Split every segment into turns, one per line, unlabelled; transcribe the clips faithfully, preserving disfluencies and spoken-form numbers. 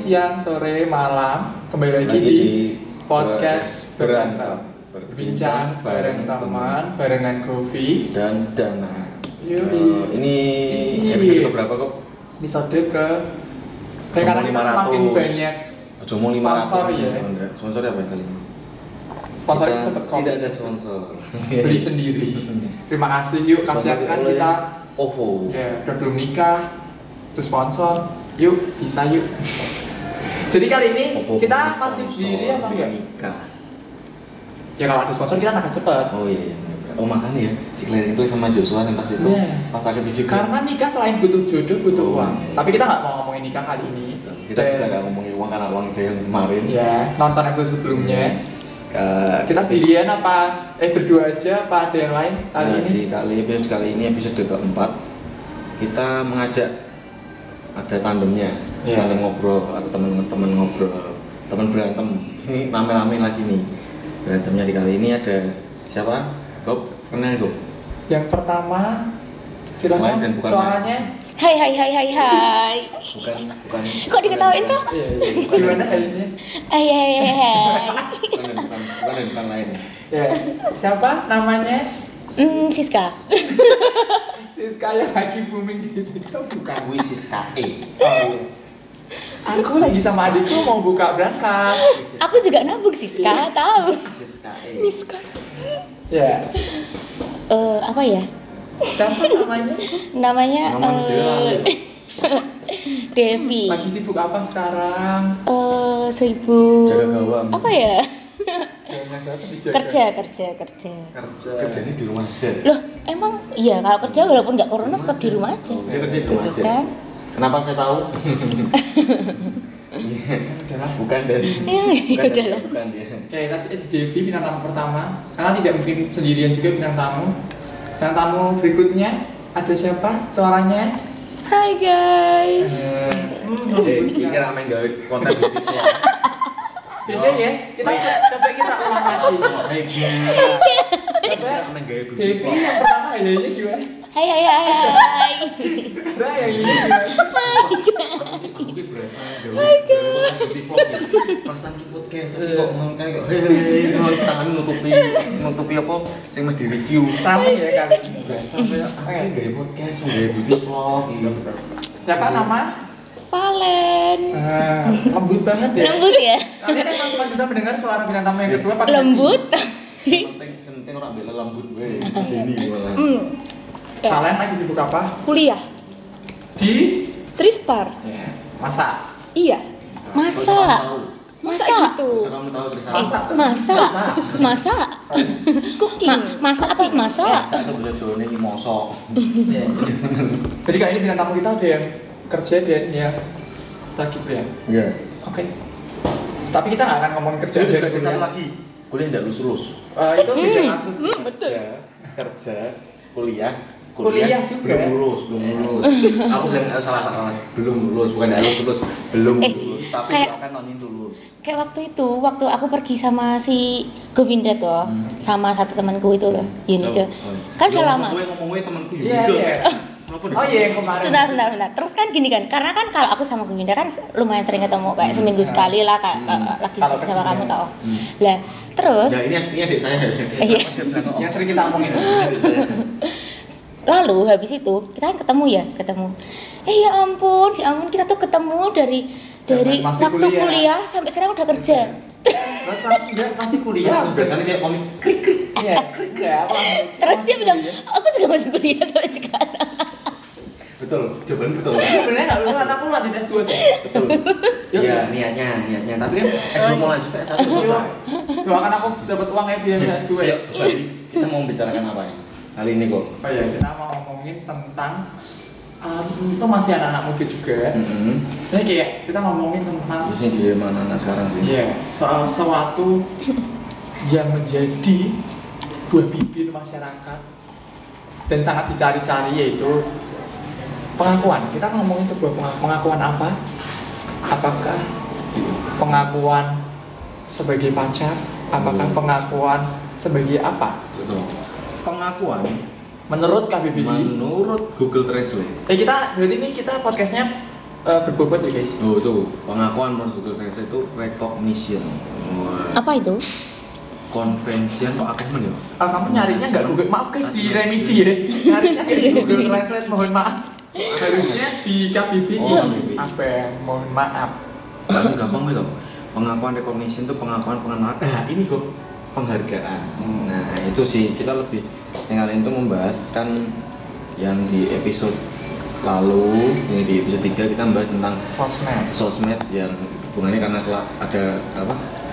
siang, sore, malam. Kembali lagi, lagi di podcast Berantem. Berbincang bareng teman, barengan Govi
dan Dana.
Uh,
ini episode berapa kok?
Episode ke karena kita semakin banyak
Jomo lima ratus
sponsor ya.
Sponsor apa kali ini?
Sponsor itu dapat kopi.
Tidak ada sponsor.
Beli sendiri. Terima kasih yuk, kasihankan kita
O V O.
Ya, udah belum nikah. Itu sponsor. Yuk, bisa yuk. Jadi kali ini Oppo kita masih sendiri apa enggak?
Nikah.
Ya kalau ada sponsor kita agak cepet.
Oh iya. Oh makanya ya, si Claire itu sama Joshua yang pas itu yeah. Pas lagi video.
Karena nikah selain butuh jodoh butuh oh. uang. Tapi kita nggak mau ngomongin nikah kali ini.
Kita Dan, juga nggak ngomongin uang karena uang itu yang kemarin.
Ya, nonton episode sebelumnya. Yes. Ke, kita sendirian apa? Eh berdua aja apa ada yang lain kali
nah,
ini?
Di kali episode kali ini episode keempat kita mengajak ada tandemnya, yeah. tandem ngobrol atau teman-teman ngobrol, teman berantem. Ini rame-rame lagi nih berantemnya di kali ini ada siapa? Gop, kenal Gop?
Yang pertama silakan dan bukan suaranya.
Hai hai hai hai hai.
Bukan bukan.
Kok diketawain tuh?
Iya, iya. Gimana hainya?
Hai hai hai hai.
Bukan bukan bukan bukan lain.
Ya. Siapa namanya?
Hmm, Siska.
Siska yang lagi booming di TikTok bukan?
Wih Siska E.
Oh iya. Aku lagi sama adikku mau buka berangkas.
Aku juga nabung Siska, tahu.
Siska E.
Siska.
Ya.
Eh, uh, apa ya?
Siapa namanya?
Namanya uh, Devi.
Lagi sibuk apa sekarang?
Eh, uh, sibuk.
Jaga gawang.
Apa ya?
kerja,
kerja, kerja.
Kerja.
Kerjanya di rumah aja.
Loh, emang iya kalau kerja walaupun nggak corona tetap di rumah aja.
Oh, dia kerja di rumah aja.
Kan?
Kenapa saya tahu? Bukan dan
bukan dan
bukan dia.
Oke, nanti Devi bintang tamu pertama. Karena tidak mungkin sendirian juga bintang tamu. Bintang tamu berikutnya ada siapa? Suaranya?
Hai guys.
Eh, ini ramai gawe konten video.
Beda ya. Kita coba kita ulang lagi.
Hai guys.
Coba Devi yang pertama hadiahnya gimana?
Hai hai hai hai.
Karena yang ini gimana?
Aku ki berasa gawe di vlog. Pasan ki podcast kok ngomong kok hei tangan nutupi nutupi apa sing mesti review.
Rame ya kali.
Biasa kayak gawe podcast, gawe beauty vlog.
Siapa nama?
Valen.
Ah, lembut banget ya.
Lembut ya.
Kalian emang cuma bisa mendengar suara bintang tamu yang kedua pakai
lembut.
Penting penting ora bela lembut we. Deni malah.
Kalian lagi sibuk apa?
Kuliah
Di
Tristar.
Ya, masa.
Iya.
Masa. Masa
gitu.
Masa kamu tahu Tristar?
Masa. Masa. Masa.
Cooking.
Ma- masa apa masa?
Saya bisa jone iki mosok.
Ya, jadi. Jadi kali ini bintang tamu kita ada yang kerja dan yang lagi kuliah.
Iya.
Oke. Tapi kita nggak akan ngomongin kerja dan
Ada
kuliah.
satu lagi. Kuliah enggak lulus-lulus.
Uh, itu beda kasus.
Hmm, betul.
Kerja, kuliah,
Kuliah juga.
Belum lulus, belum lulus. Aku bilang salah salah. Belum lulus, bukan enggak lulus, belum
Eh,
lulus. Tapi
kayak-
akan nonin lulus.
Kayak waktu itu, waktu aku pergi sama si Govinda tuh,
Hmm.
sama satu temanku itu loh, Yuni tuh.
Oh, oh.
Kan udah
Loh,
lama.
Gue ngomongnya temanku Yuni
Iya,
juga.
iya.
Kenapa
Oh iya yang kemarin.
Sebentar, sebentar, sebentar. Terus kan gini kan, karena kan kalau aku sama Govinda kan lumayan sering ketemu kayak seminggu sekali lah, kayak
Hmm.
lagi
Kalau
sama
ketemu.
kamu tau.
Hmm.
Lah, terus
Ya ini ini adik saya.
Iya.
Yang sering kita omongin.
lalu habis itu kita kan ketemu ya, ketemu. Eh ya ampun, ya ampun kita tuh ketemu dari dari
Masih
waktu
kuliah.
kuliah sampai sekarang udah kerja.
Terus dia masih kuliah.
Ya, biasanya kayak komik krik krik.
Iya, kerja apa?
Terus dia bilang, aku juga masih kuliah sampai sekarang.
Betul, jawaban betul.
Sebenarnya nggak lulus, anakku lanjut S dua tuh.
Betul. Iya, niatnya, niatnya. Tapi kan S dua mau lanjut ke S satu selesai.
Doakan aku dapat uang kayak biasa S dua ya.
Yuk, kembali. Kita mau bicarakan apa ya? Kali ini kok.
Oh iya, kita mau ngomongin tentang um, itu masih anak-anak muda juga.
Mm-hmm.
Jadi kayak kita ngomongin tentang
Di sini di mana anak sekarang sih?
iya, soal sesuatu yang menjadi buah bibir masyarakat dan sangat dicari-cari yaitu pengakuan. Kita ngomongin sebuah pengakuan, pengakuan apa? Apakah pengakuan sebagai pacar? Apakah pengakuan sebagai apa?
Betul.
Pengakuan menurut K B B I.
Menurut Google Translate.
Eh kita berarti ini kita podcastnya uh, berbobot ya guys.
Oh tuh, pengakuan menurut Google Translate itu recognition. Wah.
Apa itu?
Convention kok akeh men ya?
Ah, kamu nyarinya nggak Google, maaf guys di Remedy ya. Nyarinya di Google Translate, mohon maaf. Harusnya di K B B I.
Oh,
apa yang mohon maaf.
Tapi gampang itu. Pengakuan recognition itu pengakuan pengenalan. Nah, ini kok penghargaan. Nah, itu sih kita lebih tinggal itu membahas kan yang di episode lalu, ini di episode tiga kita membahas tentang
Sosmed.
Sosmed yang hubungannya karena telah ada apa?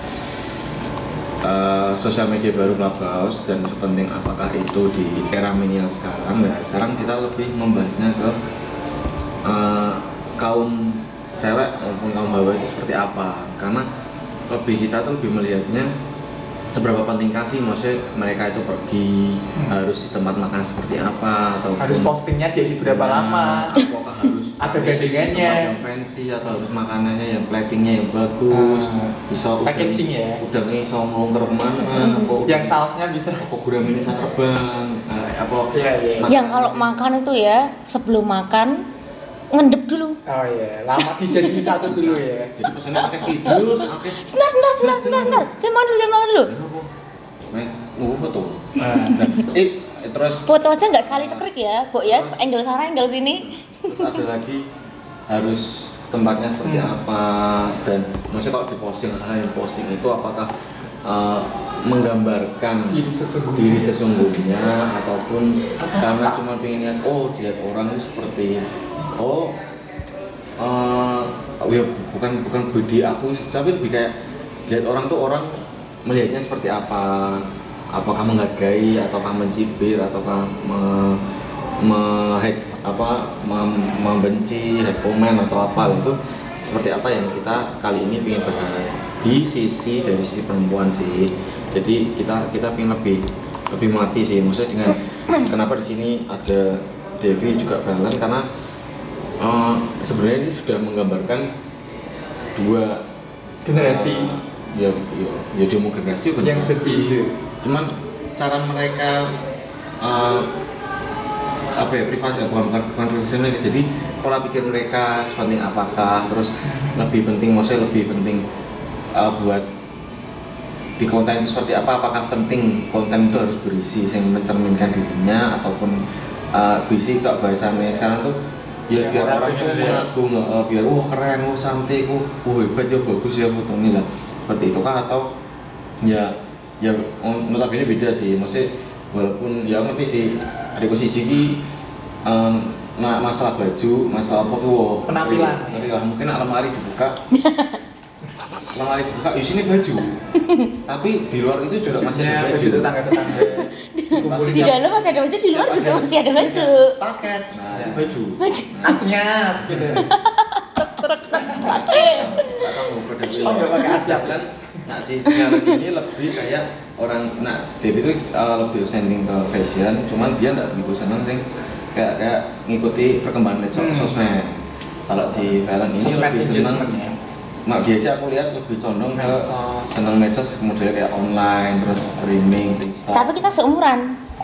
Uh, sosial media baru Clubhouse dan sepenting apakah itu di era milenial sekarang. Nah, sekarang kita lebih membahasnya ke uh, kaum cewek maupun kaum hawa itu seperti apa, karena lebih kita tuh lebih melihatnya seberapa pentingkah sih maksudnya mereka itu pergi hmm. harus di tempat makan seperti apa atau
harus postingnya dia di berapa
nah,
lama,
apakah harus
ada gandengannya
yang fancy atau harus makanannya yang platingnya yang bagus, uh, bisa
packaging ya,
udangnya bisa melonggar kemana,
hmm.
apa
yang sausnya bisa
apa gurame ini bisa terbang, uh, apa
ya, ya.
Yang kalau makan itu ya sebelum makan ngendep dulu.
Oh iya, lama dijadiin satu dulu ya.
Jadi pesannya pakai video, pakai.
Sebentar, sebentar, sebentar, sebentar, sebentar. Saya makan dulu, saya makan dulu.
Nih, mau foto. Eh, terus.
Foto aja nggak sekali cekrik ya, Bu ya. Angle sana, angle sini.
Terus ada lagi harus tempatnya seperti hmm. apa dan maksudnya kalau di posting hal yang posting itu apakah uh, menggambarkan
diri sesungguhnya,
diri sesungguhnya ataupun karena cuma pengen lihat oh dilihat orang itu seperti oh uh, ya bukan bukan budi aku tapi lebih kayak lihat orang tuh orang melihatnya seperti apa, apakah menghargai ataukah mencibir ataukah me, me hate, apa mem, membenci hate comment atau apa itu seperti apa yang kita kali ini ingin bahas di sisi dari sisi perempuan sih. Jadi kita kita ingin lebih lebih mengerti sih maksudnya dengan kenapa di sini ada Devi juga Valen karena Uh, sebenarnya ini sudah menggambarkan dua
generasi
uh, ya, ya, ya demo generasi
yang berbeda.
Cuman cara mereka uh, apa ya privasi bukan bukan profesional jadi pola pikir mereka sepenting apakah terus lebih penting maksudnya lebih penting uh, buat di konten itu seperti apa apakah penting konten itu harus berisi yang mencerminkan dirinya ataupun uh, berisi kok bahasanya sekarang tuh ya, ya biar orang itu mengagum, uh, biar wah keren, wah cantik, wah hebat ya bagus ya fotonya lah seperti itu kah atau ya ya notabene beda sih maksudnya walaupun ya ngerti sih adikku si Jiki um, nah, masalah baju, masalah apa tuh
penampilan
tapi lah mungkin almari dibuka lemari dibuka, di sini baju tapi di luar itu juga
Bajunya,
masih ada baju
baju tetangga-tetangga
Di dalam masih ada baju, di luar juga masih ada baju.
paket, nah ini baju
Baju.
asnya gitu.
Truk
pakai
Oh nggak pakai asap kan?
nah si sekarang ini lebih kayak orang, nah Devi itu uh, lebih sending ke fashion cuman dia nggak begitu seneng sih kayak kayak ngikuti perkembangan medsos
hmm.
sosmed. Kalau si Valen ini
sosmed
lebih seneng
ya.
Nah biasa aku lihat lebih condong ke seneng medsos kemudian kayak online terus streaming TikTok.
Tapi kita seumuran.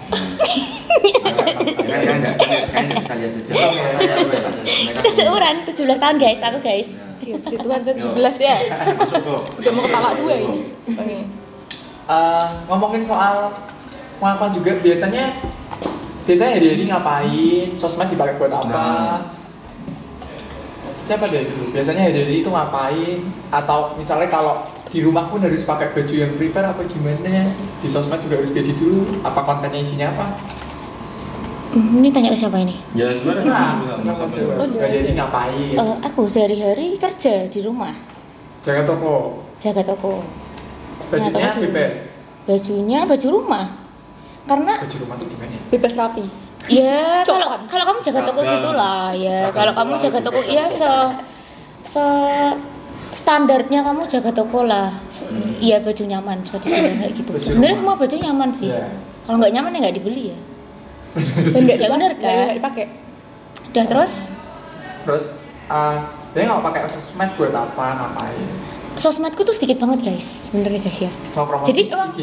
Kan enggak kan bisa lihat aja.
Kita seumuran, tujuh belas tahun guys, aku guys.
Iya, puji Tuhan saya tujuh belas ya. Udah mau kepala dua ini. Oke.
Uh, ngomongin soal pengakuan juga biasanya biasanya hari-hari ngapain, sosmed dipakai buat apa? Nah. Siapa dari dulu? Biasanya hari-hari itu ngapain? Atau misalnya kalau di rumah pun harus pakai baju yang prefer apa gimana? Di sosmed juga harus jadi dulu. Apa kontennya isinya apa?
Hmm, ini tanya ke siapa ini?
Ya sebenarnya
hari-hari ngapain?
Uh, aku sehari-hari kerja di rumah.
Jaga toko.
Jaga toko.
Bajunya bebas.
Bajunya baju rumah. Karena
baju rumah tuh gimana?
Bebas rapi.
Ya, kalau kalau kamu jaga toko gitulah ya. Kalau kamu jaga toko ya se se standarnya kamu jaga toko lah. Iya, baju nyaman bisa dibilang kayak gitu. Sebenarnya semua baju nyaman sih. Yeah. Kalau nggak nyaman ya nggak dibeli ya.
Dan nggak
ya benar kan?
Nggak dipakai.
Udah terus?
Terus, uh, dia nggak pakai sosmed buat apa, ngapain?
Sosmedku tuh sedikit banget guys, sebenarnya guys ya.
So,
jadi emang,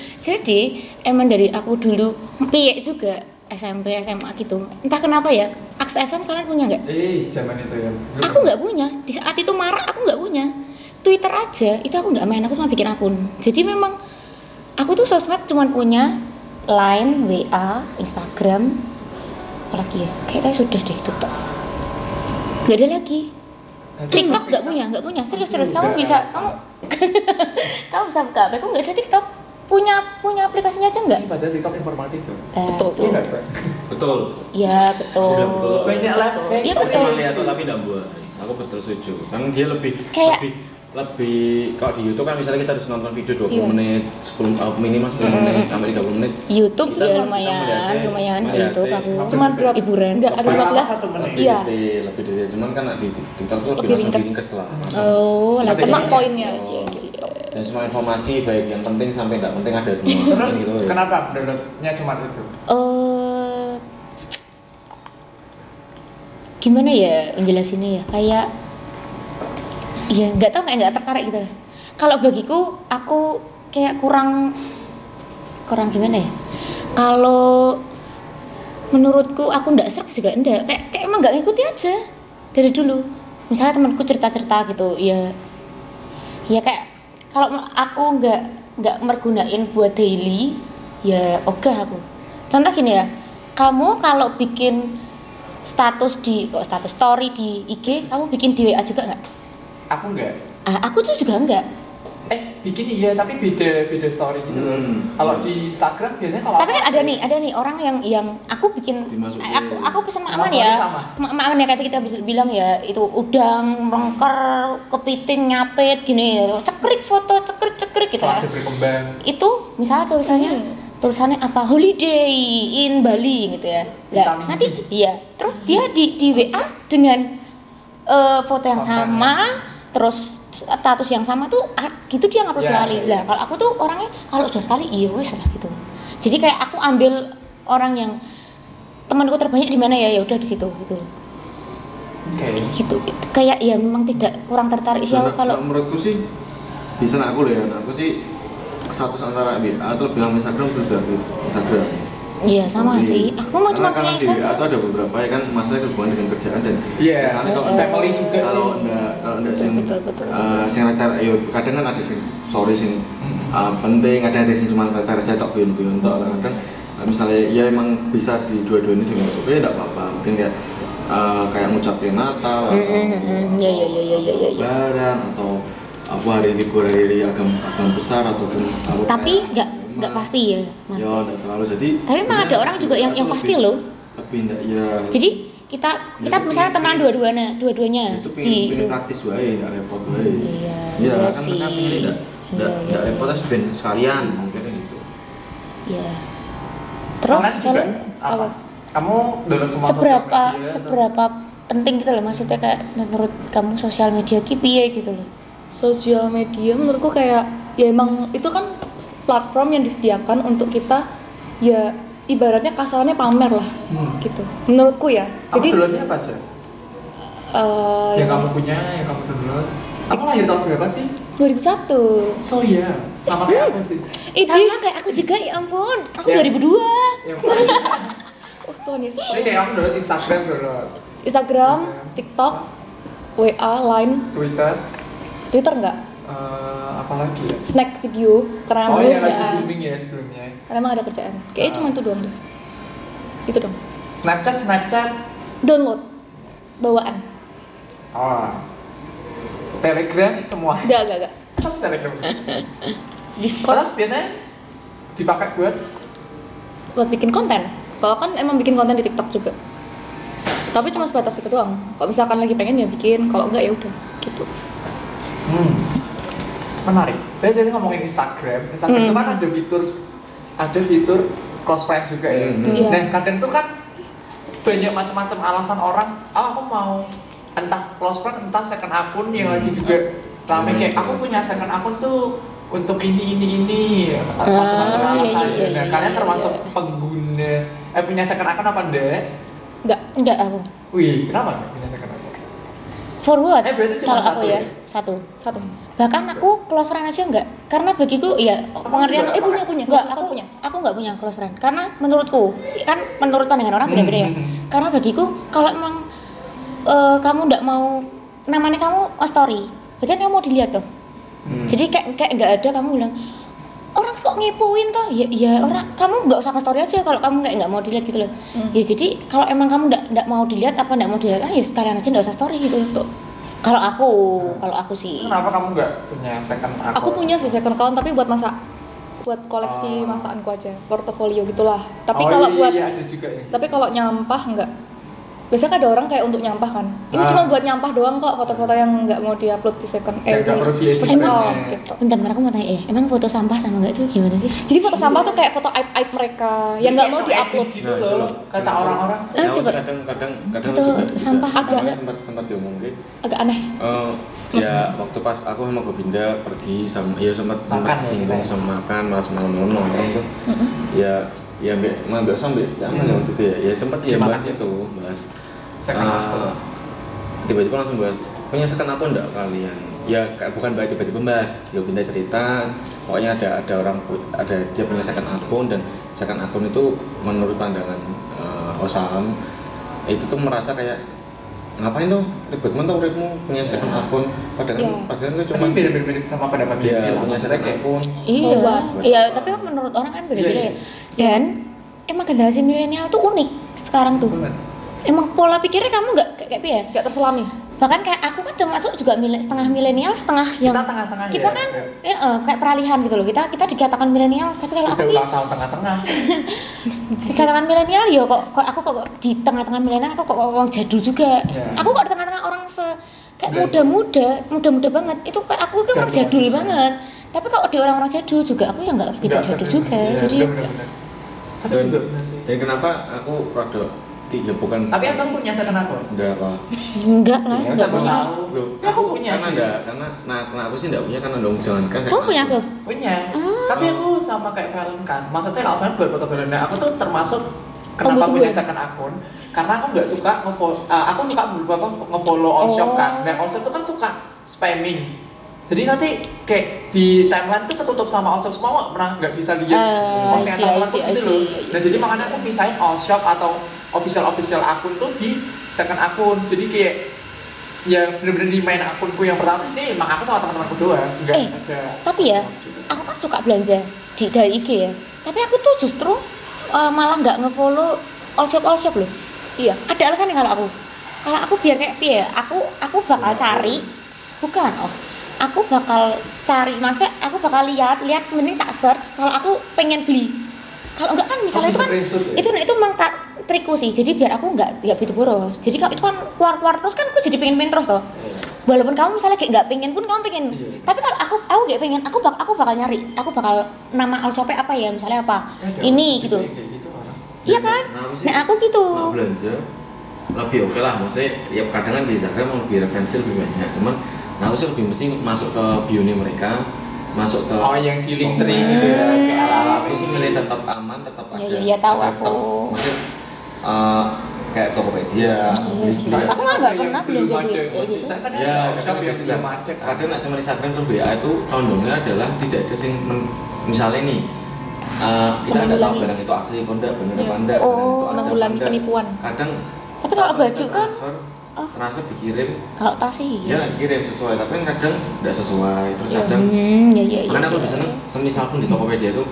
jadi emang dari aku dulu piye juga S M P S M A gitu. Entah kenapa ya, Aks F M kalian punya nggak?
Eh, zaman itu ya. Belum.
Aku nggak punya. Di saat itu marak aku nggak punya. Twitter aja itu aku nggak main, aku cuma bikin akun. Jadi memang aku tuh sosmed cuma punya Line, W A, Instagram, apalagi ya. Kayaknya sudah deh itu tok. Nggak ada lagi. TikTok nggak punya, nggak punya. Serius serius kamu bisa kamu kamu bisa buka. Aku nggak ada TikTok. Punya punya aplikasinya aja nggak?
Ini pada TikTok informatif loh.
Eh,
Betul.
Iya nggak, Pak?
Betul.
Iya betul.
Iya, betul.
Banyak lah.
Iya
Sering
betul.
lihat tuh tapi enggak buat. Aku betul setuju. Kan dia lebih
Kayak-
lebih lebih kalau di YouTube kan misalnya kita harus nonton video dua puluh
Iya.
menit, sepuluh uh, minimal sepuluh menit sampai tiga puluh menit.
YouTube
Kita
ya
cuma-
lumayan,
kita melihatnya-
lumayan
melihatnya
YouTube aku.
sampai
Cuman berapa?
hiburan.
Enggak, ada
Paling
lima belas.
lama satu menit.
Iya.
Detail, lebih detail. Cuman kan di TikTok tuh lebih,
Lebih
langsung
ringkes.
diringkes lah.
Oh, lah
Ada
Kena
ini.
poinnya.
Yes, yes, yes.
Dan semua informasi baik yang penting sampai tidak penting ada semua.
Terus
Kan gitu ya.
kenapa downloadnya cuma itu?
Eh, gimana ya menjelasinnya ya? Kayak ya nggak tahu kayak nggak tertarik gitu. Kalau bagiku aku kayak kurang kurang gimana ya? Kalau menurutku aku nggak serak juga enggak. Kayak kayak emang nggak ngikuti aja dari dulu. Misalnya temanku cerita-cerita gitu, ya ya kayak kalau aku nggak nggak mergunain buat daily, ya ogah aku. Contoh gini ya, kamu kalau bikin status di kok status story di I G, kamu bikin di W A juga nggak?
Aku enggak.
Ah, aku tuh juga enggak.
Eh, bikin iya tapi beda beda story gitu loh.
Hmm.
Kalau di Instagram biasanya kalau
Tapi kan
aku-
ada nih, ada nih orang yang yang aku bikin,
Dimasukin.
aku aku pesan
Sama
Aman
story
ya,
sama.
Ma- Aman ya kayak kita bisa bilang ya itu udang, melengker, kepiting, nyapit gini, cekrik foto, cekrik cekrik gitu ya.
selada berkembang.
Itu misalnya tulisannya tulisannya apa holiday in Bali gitu ya. Lah,
Vitamin
nanti
C.
iya, terus dia di di W A dengan eh, foto yang
Kontennya.
sama, terus status yang sama tuh ah, gitu dia ngupload
Ya,
dua kali.
ya,
Lah,
ya.
kalau aku tuh orangnya kalau sudah sekali iya wis lah gitu. Jadi kayak aku ambil orang yang temanku terbanyak di mana ya, ya udah di situ gitu loh.
Oke.
Gitu. Kayak ya memang tidak kurang tertarik sih aku
Nah,
kalau
nah, menurutku sih bisa nak aku loh ya, nah, aku sih satu antara W A atau lebih sama Instagram lebih aktif Instagram.
iya sama
Jadi,
sih. Aku mau cuma
karena
punya
kan di W A
Instagram.
tuh ada beberapa ya kan masalah hubungan dengan kerjaan dan
Iya,
karena kalau
Oh.
family juga
kalau
sih.
enggak kalau enggak sing
Betul, betul,
eh, sing acara yo kadang kan ada sing story sing
Hmm.
eh, penting, ada ada sing cuma acara cetok guyon-guyon tok lah kadang eh, misalnya ya emang bisa di dua-dua ini dimasukin ya enggak apa-apa mungkin kayak eh, kayak ngucapin Natal atau
Mm-mm, iya, iya, iya, iya, iya, iya.
Lebaran atau apa hari libur hari agama agama besar ataupun apa
Tapi
kayak
nggak
memang-
nggak pasti ya mas.
ya enggak selalu jadi
Tapi memang ada orang juga yang yang pasti loh.
tapi enggak ya
Jadi kita
Ya,
kita
tapi-
misalnya teman dua-duanya dua-duanya
itu
di
pengen,
itu.
pengen praktis wae enggak repot wae
Iya,
iya
iya
kan
sih.
kan pengen enggak enggak
Iya,
enggak
iya.
repot terus ben sekalian mungkin gitu
Iya. Terus
Kalian juga
kalau
apa?
apa?
Kamu download semua
seberapa
sosial media,
seberapa penting gitu loh maksudnya kayak menurut kamu sosial media ki piye gitu loh.
Sosial media menurutku kayak ya emang itu kan platform yang disediakan untuk kita ya ibaratnya kasarannya pamer lah
Hmm.
gitu menurutku ya.
Kamu
Jadi
downloadnya apa aja?
eh,
Yang kamu punya, yang kamu download. Kamu lahir tahun berapa sih?
dua ribu satu.
So ya, sama kayak aku sih.
Ih, sama kayak aku juga ya ampun. Aku
Ya.
dua ribu dua.
Yang
Oh Tuhan Yesus.
ini kayak kamu download Instagram download,
Instagram, TikTok, W A, Line,
Twitter,
Twitter enggak?
eh, apa lagi ya?
Snack video karena
Oh
emang
iya,
ada
lagi
kerjaan.
booming ya sebelumnya.
Karena emang ada kerjaan. Kayaknya
Ah.
cuma itu doang deh. Itu dong.
Snapchat, Snapchat.
Download bawaan.
Oh. Telegram semua.
Enggak, enggak, enggak.
Kamu Telegram.
Discord
Terus biasanya dipakai buat
buat bikin konten. Kalau kan emang bikin konten di TikTok juga. Tapi cuma sebatas itu doang. Kalau misalkan lagi pengen ya bikin, kalau enggak ya udah gitu.
hmm. Menarik. Saya jadi ngomongin Instagram. Instagram
Hmm.
itu kan ada fitur ada fitur close friend juga ya.
Hmm.
Iya.
Nah, kadang tuh kan banyak macam-macam alasan orang, ah aku mau entah close friend entah second akun yang
Hmm.
lagi juga rame
Hmm.
kayak aku punya second akun tuh untuk ini ini ini macam-macam
Ah, iya,
alasan.
iya, iya,
Nah,
iya,
kalian
iya,
termasuk
iya.
pengguna eh punya second akun apa enggak?
Enggak.
Enggak aku.
Wih, kenapa nggak punya second akun?
Forward.
Eh, berarti cuma
kalau aku
satu
ya,
ya?
satu.
Satu.
Bahkan aku close friend aja enggak. Karena bagiku ya pengertian
juga?
Eh punya punya.
enggak,
Satu
aku
punya.
aku enggak punya close friend. Karena menurutku kan menurut pandangan orang beda-beda ya.
Hmm.
karena bagiku kalau emang uh, kamu nggak mau namanya kamu story, berarti kamu mau dilihat tuh. Hmm. Jadi kayak kayak nggak ada kamu bilang orang kok ngepoin tuh, ya ya orang kamu nggak usah nge-story aja kalau kamu kayak nggak mau dilihat gitu loh. Hmm. Ya jadi kalau emang kamu nggak nggak mau dilihat apa nggak mau dilihat, ah ya sekalian aja nggak usah story gitu loh. Kalau aku, hmm. kalau aku sih.
Kenapa kamu nggak punya second account?
Aku punya sih second account tapi buat masak, buat koleksi oh. masakanku aja, portofolio gitulah. Tapi oh, kalau
iya,
buat,
iya, ada juga ya.
Tapi kalau nyampah enggak. Biasanya ada orang kayak untuk nyampah kan. Ini ah. cuma buat nyampah doang kok, foto-foto yang nggak mau diupload di second eh
di
first account gitu.
Bentar, bentar aku mau tanya, eh emang foto sampah sama enggak tuh gimana sih?
Jadi foto sampah tuh kayak foto aib-aib mereka yang nggak mau diupload
gitu loh. Kata orang-orang.
Eh, coba.
Kadang-kadang kadang
foto sampah
agak
sempat sempat diomongin.
Agak aneh.
Uh, ya waktu pas aku sama Govinda pergi sama ya sempat sempat singgung ya, sama makan pas malam-malam nongkrong tuh. Mm-hmm. Ya ya mbak mbak sampai zaman waktu itu ya. Ya sempat ya bahas itu, bahas Uh, tiba-tiba langsung bahas punya second akun enggak kalian? Ya bukan berarti tiba-tiba bahas, Govinda cerita pokoknya ada ada orang ada dia punya second akun dan second akun itu menurut pandangan uh, Osam itu tuh merasa kayak ngapain tuh ribet banget tuh uripmu punya second akun padahal yeah. padahal itu cuma
mirip-mirip sama pendapat dia
ya, punya second akun.
Iya, oh, iya tapi menurut orang kan beda-beda. Yeah, yeah. Dan emang generasi milenial tuh unik sekarang tuh. Bener. Emang pola pikirnya kamu nggak kayak apa ya?
Nggak terselami.
Bahkan kayak aku kan termasuk juga mil- setengah milenial, setengah yang
kita tengah-tengah.
Kita
ya,
kan
ya.
Ya, uh, kayak peralihan gitu loh. Kita kita dikatakan milenial, tapi kalau aku
ulang tahun tengah-tengah.
dikatakan milenial ya kok, kok aku kok di tengah-tengah milenial aku kok orang jadul juga. Ya. Aku kok di tengah-tengah orang se kayak muda-muda, muda-muda banget. Itu kayak aku kan orang jadul banget. Tapi kalau di orang-orang jadul juga aku ya nggak begitu jadul juga.
Ya,
jadi
bener-bener. Tapi juga benar sih.
Dan kenapa aku rada ya bukan.
Tapi abang punya second akun?
Enggak lah.
Enggak lah.
Ya, enggak punya.
Loh,
ya, aku punya
karena
sih.
Enggak, karena nah, karena aku sih enggak punya karena dong jangan kan.
Kamu punya aku?
Punya.
Ah.
Tapi aku sama kayak Valen kan. Maksudnya kalau Valen buat foto Valen, aku tuh termasuk kenapa punya second akun? Karena aku nggak suka ngefollow. Uh, aku suka apa ngefollow all shop oh. kan. Dan all shop tuh kan suka spamming. Jadi nanti kayak di timeline tuh ketutup sama all shop semua, pernah nggak bisa lihat
uh,
postingan teman-teman gitu loh. Dan jadi makanya aku pisahin all shop atau official official akun tuh di second akun. Jadi kayak ya bener-bener di main akunku yang pertama tuh sini emang aku sama teman-temanku doang. Enggak
eh,
ada.
Tapi ya, aku kan suka belanja di dari I G ya. Tapi aku tuh justru uh, malah nggak ngefollow all shop all shop loh. Iya. Ada alasan nih kalau aku. Kalau aku biar kayak ya, aku aku bakal cari, bukan oh. Aku bakal cari, maksudnya aku bakal lihat, lihat mending tak search kalau aku pengen beli. Kalau enggak kan misalnya oh, itu kan ya? itu itu memang tak trikku sih. Jadi biar aku enggak enggak begitu boros. Jadi kalau itu kan keluar-keluar terus kan aku jadi pengen-pengen terus toh. Walaupun kamu misalnya kayak enggak pengen pun kamu pengen. Iya. Tapi kalau aku aku enggak pengen, aku bak, aku bakal nyari. Aku bakal nama all shop apa ya, misalnya apa. Ya, ini gitu. gitu iya kan? Nah, nah aku gitu.
Nah, belanja lebih oke lah, maksudnya ya kadang kan di Instagram mau lebih referensi lebih banyak. Cuman nah aku sih lebih mesti masuk ke bio-nya mereka, masuk ke
oh yang di link tree gitu ya kayak ala
aku sih milih tetap aman, tetap
ya, ada ya tahu aku
maksudnya uh, kayak Tokopedia
iya sih aku mah nggak pernah belanja di kayak gitu
ya shop yang belum ada kadang nak cuma Instagram atau W A itu condongnya adalah tidak ada sing men, misalnya nih uh, kita nggak tahu barang itu asli apa enggak, bener apa enggak,
oh mengulangi penipuan
kadang
tapi kalau baju kan
oh. Transfer dikirim
kalau tas sih
ya dikirim sesuai tapi kadang tidak sesuai terus
ya,
kadang
hmm, ya, ya,
karena
ya,
aku
ya,
biasanya
ya.
semisal pun di Tokopedia itu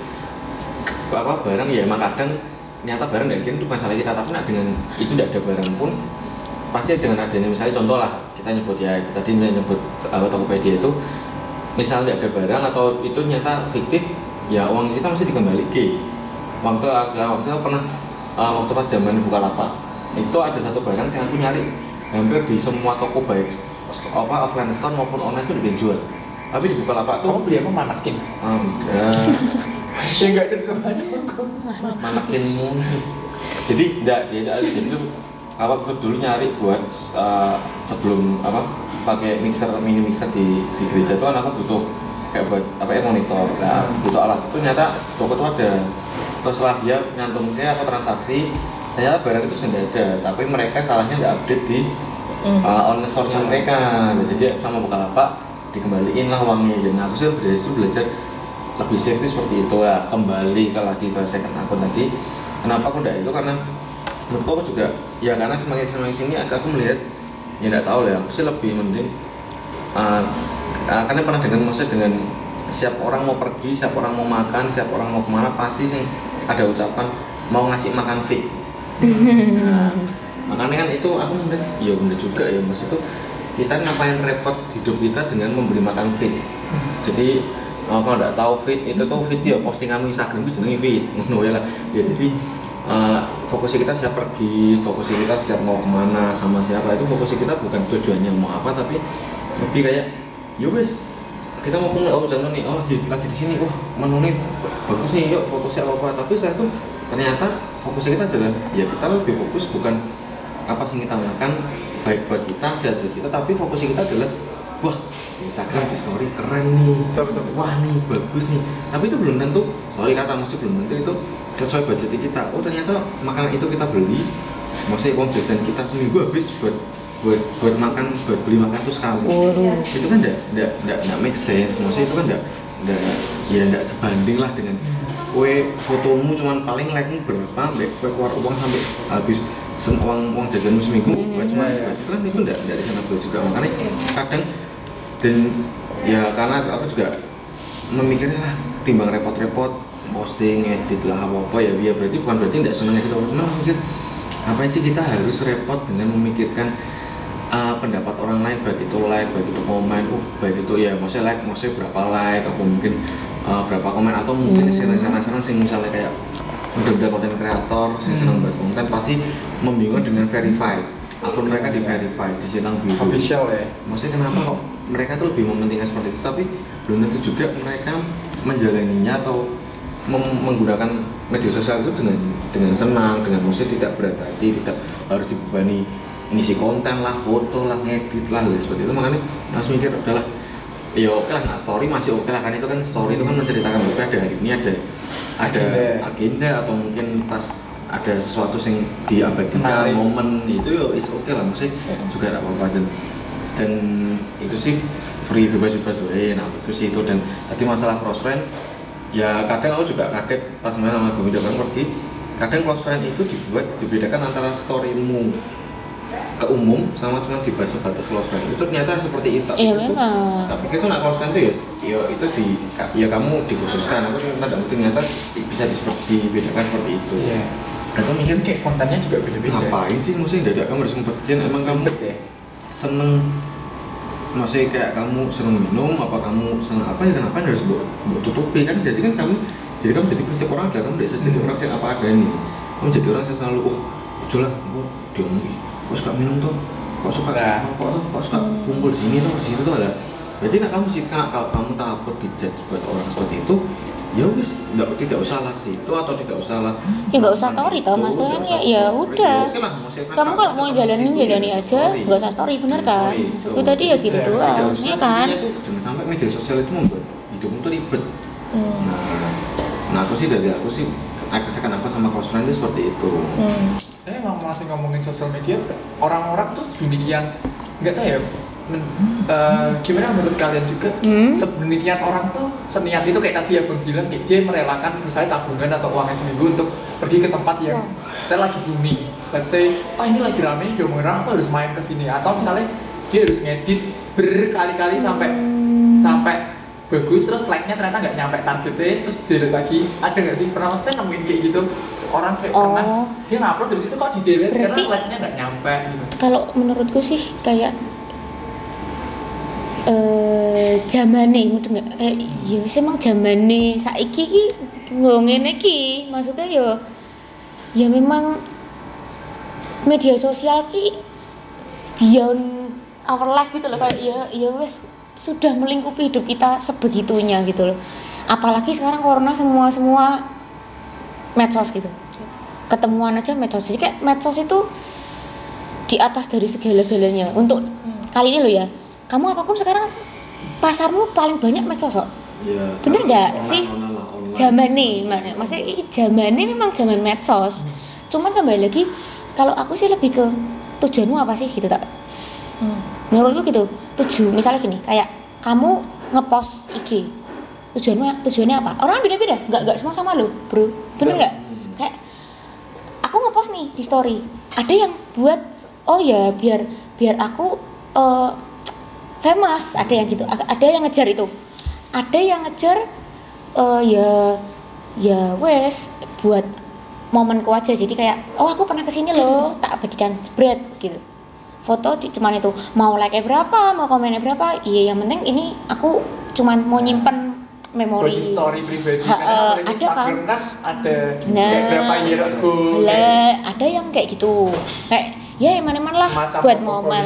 apa barang ya emang kadang nyata barang dari kirim itu masalah kita tapi nah, dengan itu tidak ada barang pun pasti dengan adanya misalnya contoh lah kita nyebut ya tadi nyebut uh, Tokopedia itu misal tidak ada barang atau itu nyata fiktif ya uang kita mesti dikembalikan waktu ya, waktu itu pernah uh, waktu pas zaman Bukalapak itu ada satu barang yang aku nyari hampir di semua toko baik apa offline store maupun online itu dijual. Tapi di Bukalapak tuh
kamu beli apa manekin?
Enggak.
Ya enggak ada semua toko.
Manekinmu. Jadi enggak dia jadi itu aku dulu nyari buat uh, sebelum apa pakai mixer mini mixer di di gereja tuh aku butuh kayak buat apa ya monitor. Nah, butuh alat itu nyata toko itu ada. Terus setelah dia nyantumnya atau transaksi ternyata barang itu sudah ada, tapi mereka salahnya nggak update di uh, online store-nya mereka. Nah, jadi sama Bukalapak dikembaliin lah uangnya. Jadi aku sih dari situ belajar lebih safety seperti itu lah. Kembali ke lagi ke second akun tadi. Kenapa aku enggak itu karena menurutku aku juga ya karena semakin semakin sini aku melihat ya nggak tahu lah, aku sih lebih mending uh, uh, karena pernah dengar maksudnya dengan siap orang mau pergi, siap orang mau makan, siap orang mau kemana pasti sih ada ucapan mau ngasih makan fit. Nah, makanya kan itu aku melihat ya bener juga ya mas, itu kita ngapain repot hidup kita dengan memberi makan fit. Jadi uh, kalau nggak tahu fit itu tuh fit ya postingan Instagram itu jenenge fit, ngono ya lah. Ya jadi uh, fokus kita siap pergi, fokus kita siap mau kemana sama siapa, itu fokus kita bukan tujuannya mau apa, tapi lebih kayak yo wes kita mau pulang, oh jangan nih, oh lagi lagi di sini, wah menu nih bagus nih, yuk foto siapa apa. Tapi saya tuh ternyata fokus kita adalah ya kita lebih fokus bukan apa sih kita makan baik buat kita, sehat buat kita, tapi fokus kita adalah wah di Instagram di story keren nih, betul, wah nih bagus nih. Tapi itu belum tentu, sorry kata maksud belum tentu itu sesuai budget kita. Oh ternyata makanan itu kita beli, maksudnya uang jajan kita seminggu habis buat buat buat makan, buat beli makan itu sekali. Oh, ya. Itu kan enggak enggak enggak enggak make sense. Maksudnya itu kan enggak enggak ya enggak sebanding lah dengan kue fotomu cuman paling like-nya berapa, kue keluar uang sampai habis uang uang jajanmu seminggu buat cuma ya, ya. Itu kan itu enggak enggak di sana juga. Makanya kadang dan ya karena aku juga memikirnya lah timbang repot-repot posting, edit lah apa-apa ya, ya berarti bukan berarti enggak senang edit apa, cuma mikir apa sih kita harus repot dengan memikirkan Uh, pendapat orang lain, baik itu like, baik itu komen, uh, baik itu ya maksudnya like, maksudnya berapa like, atau mungkin uh, berapa komen, atau mungkin senang-senang sih misalnya kayak udah-udah konten kreator, sih senang buat konten pasti membingungkan dengan verified, akun mereka di verified, disilang biru.
Official ya.
Maksudnya kenapa kok mereka tuh lebih mementingkan seperti itu, tapi belum tentu juga mereka menjalaninya atau mem- menggunakan media sosial itu dengan dengan senang, dengan maksudnya tidak berat hati, tidak harus dibebani ngisi konten lah, foto lah, ngedit lah, seperti itu. Makanya harus mikir udahlah, ya oke lah, nah story masih oke lah kan, itu kan story itu kan menceritakan bahwa ada hari ini ada ada agenda, agenda atau mungkin pas ada sesuatu yang diabadikan, momen itu ya is oke lah, maksudnya juga ada apa-apa. Dan, dan itu sih free, bebas-bebas wae, nah itu sih itu. Dan tadi masalah close friend, ya kadang aku juga kaget pas main sama Bumi Dagang pergi, kadang close friend itu dibuat dibedakan antara storymu ke umum sama cuma dibahas sebatas close friend. Itu ternyata seperti itu.
Iya memang.
Tapi itu nak close friend itu ya, ya itu di ya kamu dikhususkan. Aku ternyata ternyata bisa dibedakan seperti itu.
Iya.
Atau mungkin
kayak kontennya juga beda-beda.
Ngapain sih maksudnya dadak kamu harus ngumpetin, emang kamu
ya?
seneng maksudnya kayak kamu seneng minum apa kamu seneng apa ya, kenapa harus buat tutupi kan? Jadi kan kamu jadi kamu jadi prinsip orang, dan kamu tidak bisa jadi orang yang apa adanya. Kamu jadi orang yang selalu oh udah lah, aku diomongin kok suka minum tuh, kok suka nah. kok tuh, kok suka kumpul di sini tuh, di situ tuh ada. Jadi nak kamu sih kalau kamu takut dijudge buat orang seperti itu, ya wis nggak tidak usah lah sih itu atau tidak usah lah.
Ya nggak usah story toh, maksudnya ya ya udah. Kamu kalau mau jalanin jalani aja, nggak usah story, bener kan? Maksudku tadi ya gitu doang, ya kan?
Jangan sampai media sosial itu membuat hidupmu tuh ribet. Nah, nah aku sih dari aku sih, akan aku sama close friend seperti itu.
Saya emang masih ngomongin sosial media, orang-orang tuh sedemikian nggak tahu ya, men, uh, gimana menurut kalian juga hmm? sedemikian orang tuh seniat itu kayak tadi Abang bilang, kayak dia merelakan misalnya tabungan atau uangnya seminggu untuk pergi ke tempat yang yeah. saya lagi booming, let's say, oh ini lagi rame nih diomongin orang, aku harus main ke sini, atau misalnya dia harus ngedit berkali-kali sampai hmm. sampai bagus, terus like-nya ternyata nggak nyampe targetnya, terus delete lagi. Ada nggak sih pernah maksudnya nemuin kayak gitu orang kayak oh. pernah dia ngupload dari situ kok di delete karena like-nya nggak nyampe gitu.
Kalau menurutku sih kayak eh zamane mudeng nggak kayak ya emang zamane saiki ki ngene iki, maksudnya ya ya memang media sosial ki beyond our life gitu loh, kayak ya ya wes sudah melingkupi hidup kita sebegitunya gitu loh. Apalagi sekarang corona semua semua medsos gitu. Ketemuan aja medsos. Jadi kayak medsos itu di atas dari segala-galanya. Untuk hmm. kali ini loh ya. Kamu apapun sekarang pasarmu paling banyak medsos kok. Ya, bener nggak sih? Zaman nih, mana? Maksudnya zaman ini memang zaman medsos. Hmm. Cuman kembali lagi, kalau aku sih lebih ke tujuanmu apa sih gitu tak? Hmm. Menurutku gitu. Tujuh, misalnya gini, kayak kamu ngepost I G, tujuannya tujuannya apa? Orang beda-beda, nggak nggak semua sama lo, bro. Bener nggak? Hmm. Kayak aku ngepost nih di story. Ada yang buat oh ya biar biar aku uh, famous, ada yang gitu. Ada yang ngejar itu. Ada yang ngejar uh, ya ya wes buat momenku aja. Jadi kayak oh aku pernah kesini loh, tak abadikan spread gitu. Foto di, cuman itu mau like berapa, mau komennya berapa. Iya yang penting ini aku cuman mau nyimpen memori
body story pribadi
ha, uh, ada
Instagram
kan,
kan ada
nah,
kayak berapa year ago
lah, ada yang kayak gitu kayak ya eman-eman lah
semacam
buat momen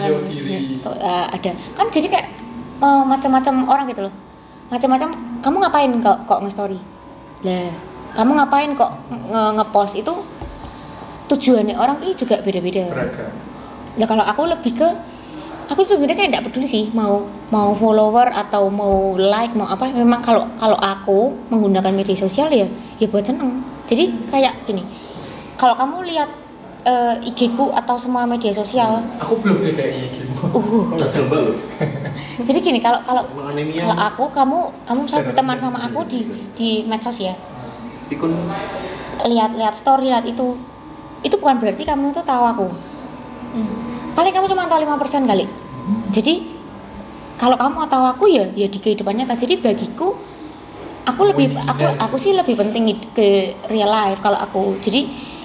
uh, ada kan jadi kayak uh, macam-macam orang gitu loh, macam-macam kamu ngapain kok kok nge-story lah, kamu ngapain kok nge- nge-post itu tujuannya orang ini juga beda-beda
beragam.
Ya kalau aku lebih ke aku sebenarnya kayak enggak peduli sih mau mau follower atau mau like mau apa, memang kalau kalau aku menggunakan media sosial ya ya buat seneng. Jadi kayak gini, kalau kamu lihat uh, I G-ku atau semua media sosial,
aku belum deh kayak I G-mu.
Uh.
Jajal banget.
Jadi gini, kalau kalau kalau aku kamu kamu misalnya berteman sama aku di di medsos ya.
Ikut
Lihat-lihat story, lihat itu. Itu bukan berarti kamu tuh tahu aku. Hmm. Paling kamu cuma tahu lima persen kali. Jadi kalau kamu tahu aku ya ya di kehidupan nyata. Jadi bagiku aku lebih aku aku sih lebih penting ke real life kalau aku. Jadi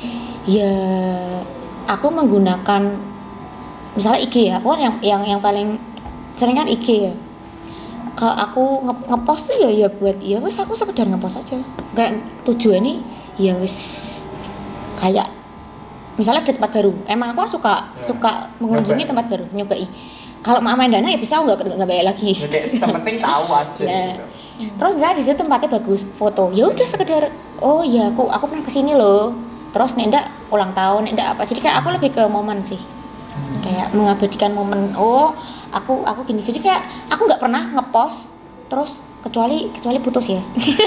ya aku menggunakan misalnya I G ya. Aku kan yang yang yang paling sering kan I G ya. Kalau aku nge- ngepost tuh ya ya buat ya wes aku sekedar ngepost aja. Kayak tujuannya ya wes kayak misalnya di tempat baru, emang aku kan suka ya. suka mengunjungi tempat baru, nyobai. Kalau mau main dana ya bisa nggak nggak bayar lagi.
Ya, kayak penting tahu aja.
Nah,
gitu.
Terus misalnya di situ tempatnya bagus, foto, ya udah sekedar, oh ya aku aku pernah kesini loh. Terus nenda ulang tahun, nenda apa? Jadi kayak aku lebih ke momen sih, hmm. kayak mengabadikan momen. Oh aku aku gini, jadi kayak aku nggak pernah ngepost terus kecuali kecuali putus ya.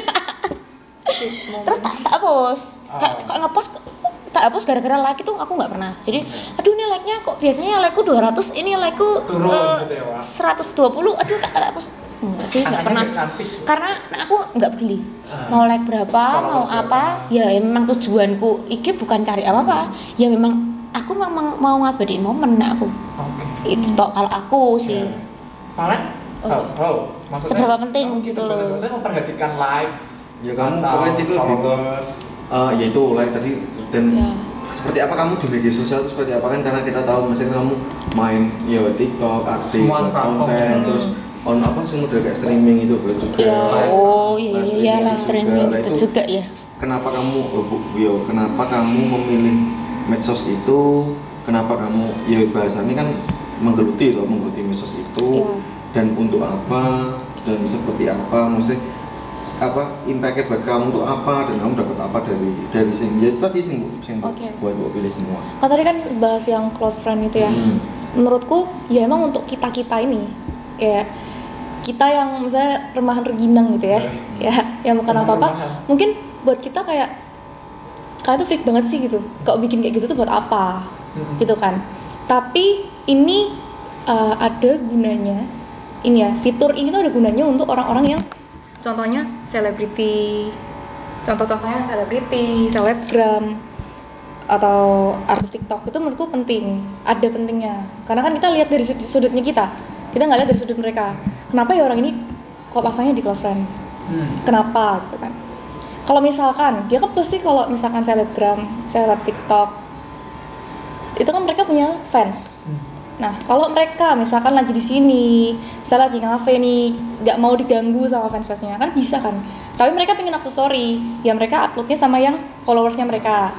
Terus tak tak post, kayak kayak ngepost tak hapus gara-gara like itu aku nggak pernah. Jadi aduh ini like-nya kok biasanya like-ku dua ratus, ini like-ku uh, gitu ya, seratus dua puluh, aduh tak tak hapus. Enggak sih, nggak pernah. Karena aku nggak peduli hmm. mau like berapa, mau apa, ya memang tujuanku I G bukan cari apa-apa. Ya memang aku memang mau ngabadiin momen nah aku. Okay. Itu toh kalau aku sih.
Malah oh, oh, maksudnya
seberapa penting
oh,
gitu loh.
Maksudnya memperhatikan like.
Ya kamu pokoknya itu lebih ke Uh, yaitu like tadi dan ya. Seperti apa kamu di media sosial itu seperti apa kan, karena kita tahu misalnya kamu main ya TikTok, aktif konten ya. Terus on apa sih udah kayak streaming itu juga
ya, oh iya iya iya live streaming itu, itu juga ya.
Kenapa kamu oh, yo kenapa kamu memilih medsos itu, kenapa kamu ya bahasanya kan menggeluti loh, menggeluti medsos itu ya. Dan untuk apa dan seperti apa, maksudnya apa impactnya buat kamu tuh apa dan kamu dapat apa dari dari sini ya tadi sih okay. buat buat pilih semua.
Kalau tadi kan bahas yang close friend itu ya, hmm. menurutku ya emang untuk kita kita ini kayak kita yang misalnya remahan reginang gitu ya, hmm. ya yang bukan apa apa, mungkin buat kita kayak kalian tuh freak banget sih gitu, kok bikin kayak gitu tuh buat apa, hmm. gitu kan. Tapi ini uh, ada gunanya, ini ya fitur ini tuh ada gunanya untuk orang-orang yang contohnya selebriti, contoh-contohnya selebriti, selebgram, atau artis TikTok itu menurutku penting, ada pentingnya. Karena kan kita lihat dari sudutnya kita, kita nggak lihat dari sudut mereka. Kenapa ya orang ini kok pasangnya di close friend? Hmm. Kenapa gitu kan? Kalau misalkan dia kan pasti kalau misalkan selebgram, seleb TikTok, itu kan mereka punya fans. Hmm. Nah, kalau mereka misalkan lagi di sini, misalnya lagi ngafe nih, nggak mau diganggu sama fans-fansnya, kan bisa kan? Tapi mereka pengen up story, ya mereka uploadnya sama yang followersnya mereka,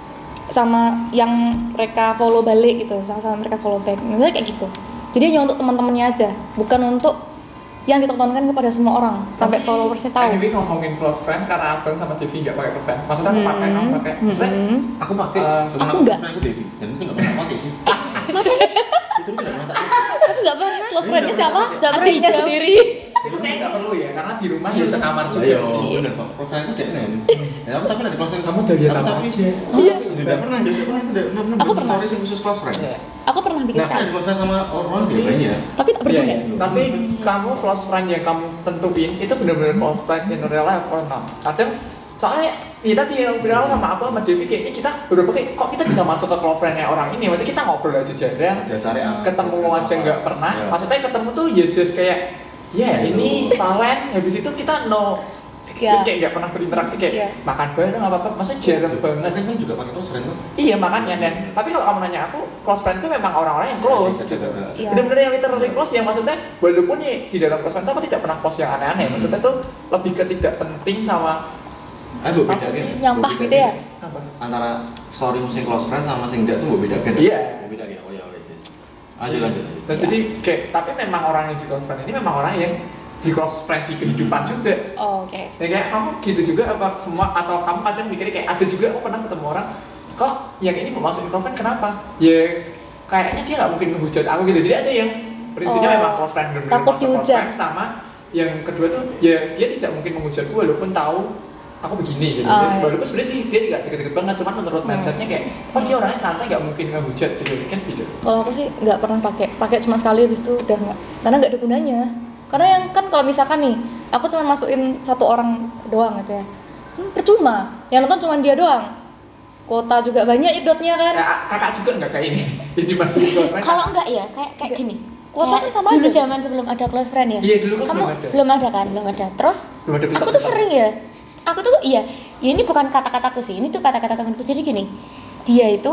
sama yang mereka follow balik gitu, sama-sama mereka follow back, misalnya kayak gitu. Jadi hanya untuk teman-temannya aja, bukan untuk yang ditontonkan kepada semua orang sampai followersnya tahu.
Anyway ngomongin close friend karena Abang sama Devi nggak pakai close friend. Maksudnya aku pakai, aku pakai. Maksudnya
aku pakai.
Aku nggak.
Aku Devi, dan itu nggak pernah pakai sih.
Masa sih?
Itu nggak pernah pakai.
Tapi nggak pernah.
Close friendnya siapa?
Nggak pernah hijau sendiri.
Itu kayak nggak perlu ya, karena di rumah ya sekamar juga
Ayo,
sih.
Bener kok. Close friend itu denen. Ya aku tapi ada close friend
kamu dari apa aja?
Iya. Nggak pernah, nggak pernah, nggak pernah.
Aku pernah.
Story khusus close friend.
Aku pernah bikin
sekali. Nah, close friend sama orang biasanya.
Tapi tak berguna.
Yeah, tapi kamu close friend yang kamu tentuin itu benar-benar close friend in real life or not? Kadang soalnya ya tadi yang bilang sama aku sama Devi kayaknya kita beberapa kayak kok kita bisa masuk ke close friend-nya orang ini, maksudnya kita ngobrol aja jarang,
dasarnya
ketemu aja nggak pernah,
ya.
Maksudnya ketemu tuh ya just kayak ya yeah, ini talent, habis itu kita no
Ya.
terus kayak nggak pernah berinteraksi kayak
ya.
makan bareng apa apa, maksudnya jarang banget.
Tapi kan juga pakai close friend kan?
Iya makanya dan tapi kalau kamu nanya aku close friend itu memang orang-orang yang close
Ya,
gitu.
Ya.
Benar-benar yang literally close yang maksudnya walaupun ya di dalam close friend itu aku tidak pernah post yang aneh-aneh, maksudnya tuh lebih ke tidak penting sama
Ah, mbok bedakan.
Nyampah gitu ya?
apa?
Antara story sing close friend sama sing ndak tuh mbok bedakan.
Iya.
Mbok bedakan. Oh ya wes. Lanjut lanjut.
Terus jadi kayak tapi memang orang yang di close friend ini memang orang yang di close friend di kehidupan juga.
Oh, oke. Okay.
Ya kayak kamu gitu juga apa semua atau kamu kadang mikirnya kayak ada juga aku pernah ketemu orang kok yang ini mau masuk di close friend kenapa? Ya kayaknya dia nggak mungkin ngehujat aku gitu. Jadi ada yang prinsipnya
Oh,
memang close friend benar-benar
takut
masuk close
dihujat.
friend sama yang kedua tuh ya dia tidak mungkin menghujatku walaupun tahu aku begini gitu.
Oh,
Jadi,
iya.
walaupun sebenarnya dia, dia tidak deket-deket banget, cuman menurut
Hmm.
mindsetnya kayak oh dia orangnya santai nggak mungkin ngehujat gitu kan gitu.
Kalau aku sih nggak pernah pakai, pakai cuma sekali habis itu udah nggak, karena nggak ada gunanya. Karena yang kan kalau misalkan nih, aku cuma masukin satu orang doang gitu ya, hmm, percuma. Yang nonton cuma dia doang. Kuota juga banyak idotnya kan.
Ya, kakak juga nggak kayak ini. Jadi masuk close friend.
Kalau enggak ya kayak kayak gini.
Kuota
Kayak
kan sama
dulu
aja.
zaman sebelum ada close friend ya.
Iya, dulu kan
kamu
belum ada.
belum ada kan, belum ada. Terus
Belum ada
aku
filter-
tuh
filter.
sering ya. Aku tuh iya, ya ini bukan kata-kataku sih. Ini tuh kata-kata temanku. Jadi gini. Dia itu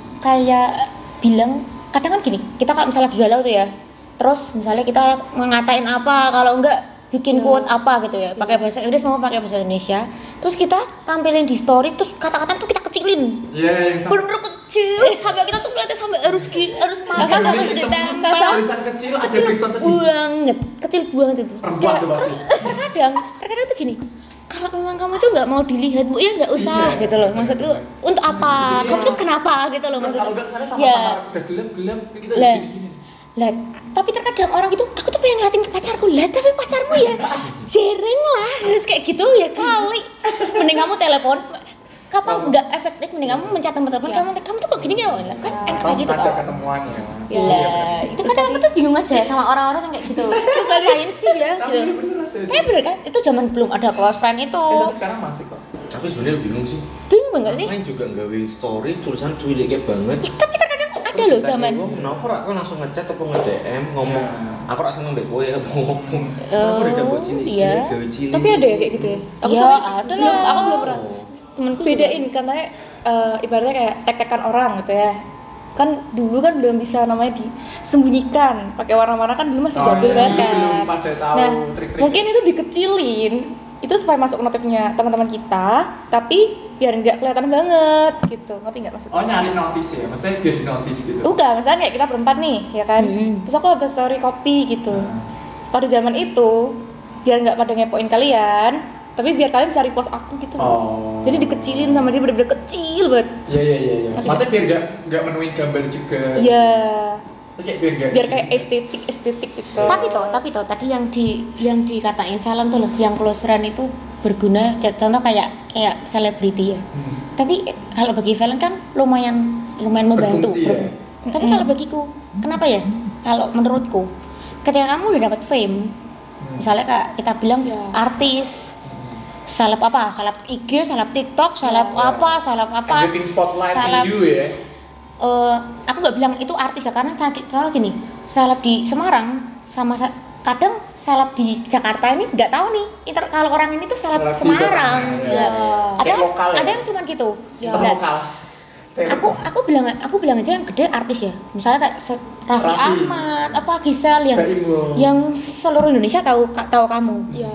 kayak bilang kadang kan gini, kita kalau misalnya lagi galau tuh ya. Terus misalnya kita ngatain apa, kalau enggak bikin quote apa gitu ya, pakai bahasa Inggris mau pakai bahasa Indonesia. Terus kita tampilin di story, terus kata-kata tuh kita kecilin.
Iya yang sama.
Bener-bener kecil sampai kita tuh kelihatan sampai harus gi- harus makan
Kakak
sampai
sampai
gede
hitam,
tempel
tulisan kecil ada
kecil
backsound sedih.
banget kecil banget itu.
Perempuan
Kayak,
tuh pasti.
terus terkadang terkadang tuh gini, kalau memang kamu tuh nggak mau dilihat bu ya nggak usah
Iya,
gitu loh, maksudku untuk apa,
Iya.
kamu tuh kenapa gitu loh
Terus kalau
maksudnya.
nggak kesana
Ya.
sama-sama udah gelap-gelap kita
Lah.
gini-gini.
Lah, tapi terkadang orang itu aku tuh pengen ngeliatin ke pacarku, lah tapi pacarmu ya jereng lah, harus kayak gitu ya kali. Mending kamu telepon, kapan nggak efektif, mending kamu mencet nomor telepon,
Ya.
kamu kamu tuh kok gini ya, kan enak
Kamu
kayak gitu
ngajak
kok.
ketemuan ya.
Ya.
Lah, itu kadang aku tuh bingung aja sama orang-orang yang kayak gitu. Terus ngapain sih ya
Tapi
gitu.
bener ada.
Tapi bener kan, itu zaman belum ada close friend itu.
Eh, tapi sekarang masih kok.
Tapi sebenarnya bingung sih.
Bingung banget sih?
Main juga nggawe story tulisan cuileke banget.
Ih, tapi terkadang ada loh zaman.
Kenapa rak aku langsung ngechat atau nge-D M ngomong
Ya.
aku rak seneng mbek kowe ya ngomong.
Oh,
Kenapa udah mbok cilik
iya.
gawe cilik.
Tapi ada ya kayak gitu ya? Aku
Iya,
soalnya
ada
belum,
lah.
aku belum pernah.
Oh.
Temenku
Bedain karena eh, ibaratnya kayak tek-tekan orang gitu ya. Kan dulu kan belum bisa namanya disembunyikan pakai warna-warna, kan dulu masih
Oh,
jadul
iya.
banget
Dulu
kan.
belum pada tahu
Nah,
trik-trik.
mungkin itu dikecilin itu supaya masuk notifnya teman-teman kita, tapi biar nggak kelihatan banget gitu. Ngerti nggak maksudnya?
Oh nyari notice ya, maksudnya biar di notice gitu.
Bukan, misalnya kayak kita berempat nih, ya kan?
Hmm.
Terus aku upload story kopi gitu.
Hmm.
Pada zaman itu, biar nggak pada ngepoin kalian, tapi biar kalian bisa repost aku gitu.
Oh.
Jadi dikecilin sama dia, bener-bener kecil banget.
Iya iya iya. iya.
Ngerti
Maksudnya biar gak gak menuin gambar juga.
Iya.
Terus kayak biar gak.
Biar kayak estetik estetik gitu.
Tapi toh, tapi toh tadi yang di yang dikatain film tuh loh, yang close friend itu berguna. c- Contoh kayak kayak selebriti ya.
Hmm.
Tapi kalau bagi film kan lumayan lumayan membantu.
Berfungsi ya?
berfungsi. Tapi kalau bagiku, kenapa ya? Kalau menurutku, ketika kamu udah dapat fame, misalnya kayak kita bilang
Ya.
artis, seleb apa, seleb I G, seleb TikTok, seleb
Ya.
apa, seleb apa,
Everything spotlight
seleb
in you ya.
eh aku nggak bilang itu artis ya, karena soalnya gini, seleb di Semarang sama se- kadang seleb di Jakarta ini nggak tahu nih inter kalau orang ini tuh seleb
Seleb di
Semarang
Jakarta,
ya.
ya.
ada
Kayak lokal ya?
ada yang cuman gitu.
Ya.
Tetap
Nah,
lokal. Kayak
aku aku bilang aku bilang aja yang gede artis ya, misalnya kayak se- Raffi,
Raffi.
Ahmad apa Gisel yang
Mbak Imo.
yang seluruh Indonesia tahu ka- tahu kamu.
Iya.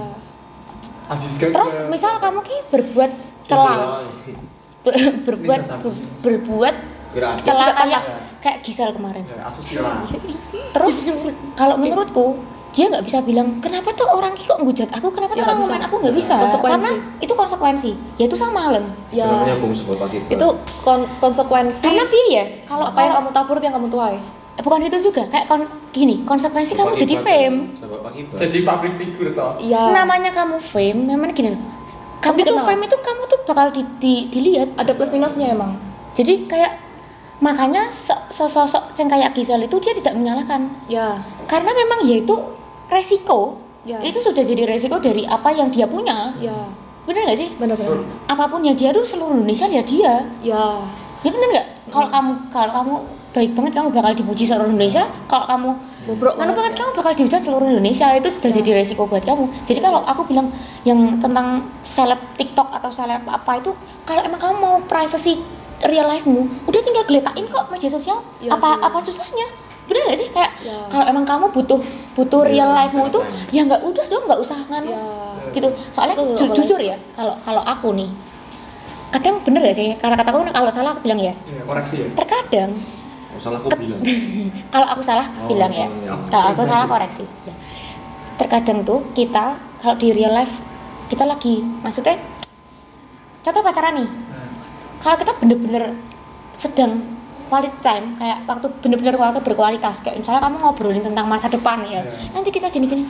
Aziz Gaga.
Terus misal kamu ki berbuat celah ber- berbuat
Bisa sampai.
ber- berbuat
Gerak.
celah
Tidak
kayak
panas.
kayak Gisel kemarin.
Ya, asusila.
Terus kalau menurutku dia nggak bisa bilang kenapa tuh orang ki kok ngujat aku, kenapa tuh
Ya,
orang
nggak bisa.
ngomongin aku, nggak bisa,
Konsekuensi.
karena itu konsekuensi. Ya itu sama Len.
Ya.
Namanya bom sebut pagi.
Itu kon- konsekuensi.
Karena dia ya kalau
apa yang
kalau
kamu tabur itu yang kamu tuai.
eh, bukan itu juga kayak kon, gini konsekuensi kamu jadi fame.
Sebab pagi.
Jadi public figure toh.
Iya.
Namanya kamu fame, memang gini loh. Kamu
Kamu
tuh
dikenal.
fame itu kamu tuh bakal di, di- dilihat.
Ada plus minusnya emang.
Jadi kayak makanya se- sosok yang kayak Gisel itu dia tidak menyalahkan.
Ya.
Karena memang ya itu resiko.
Ya.
Itu sudah jadi resiko dari apa yang dia punya.
Ya.
bener nggak sih?
Bener-bener.
Apapun yang dia tuh seluruh Indonesia lihat dia.
Ya.
Ya bener nggak? Kalau kamu kalau kamu baik banget kamu bakal dipuji seluruh Indonesia. Kalau kamu bobrok banget, banget kamu bakal dihujat seluruh Indonesia. Itu udah ya. Jadi resiko buat kamu. Jadi kalau aku bilang yang tentang seleb TikTok atau seleb apa itu, kalau emang kamu mau privacy real life-mu, udah tinggal geletain kok media sosial. Ya, apa sih. Apa susahnya? Bener nggak sih kayak ya. Kalau emang kamu butuh butuh real ya, life-mu tuh ya nggak udah dong, nggak usah nganu ya. Gitu. Soalnya Betul, ju- jujur ya, kalau kalau aku nih kadang bener gak sih, karena kataku kalau salah aku bilang ya.
Iya, koreksi ya.
Terkadang
kalau salah aku bilang.
Kalau aku salah oh, bilang ya.
ya.
Kalau aku salah koreksi. Ya. Terkadang tuh kita kalau di real life kita lagi, maksudnya contoh pacaran nih. Hmm. Kalau kita bener-bener sedang quality time, kayak waktu bener-bener waktu berkualitas, kayak misalnya kamu ngobrolin tentang masa depan ya. Yeah. Nanti kita gini-gini.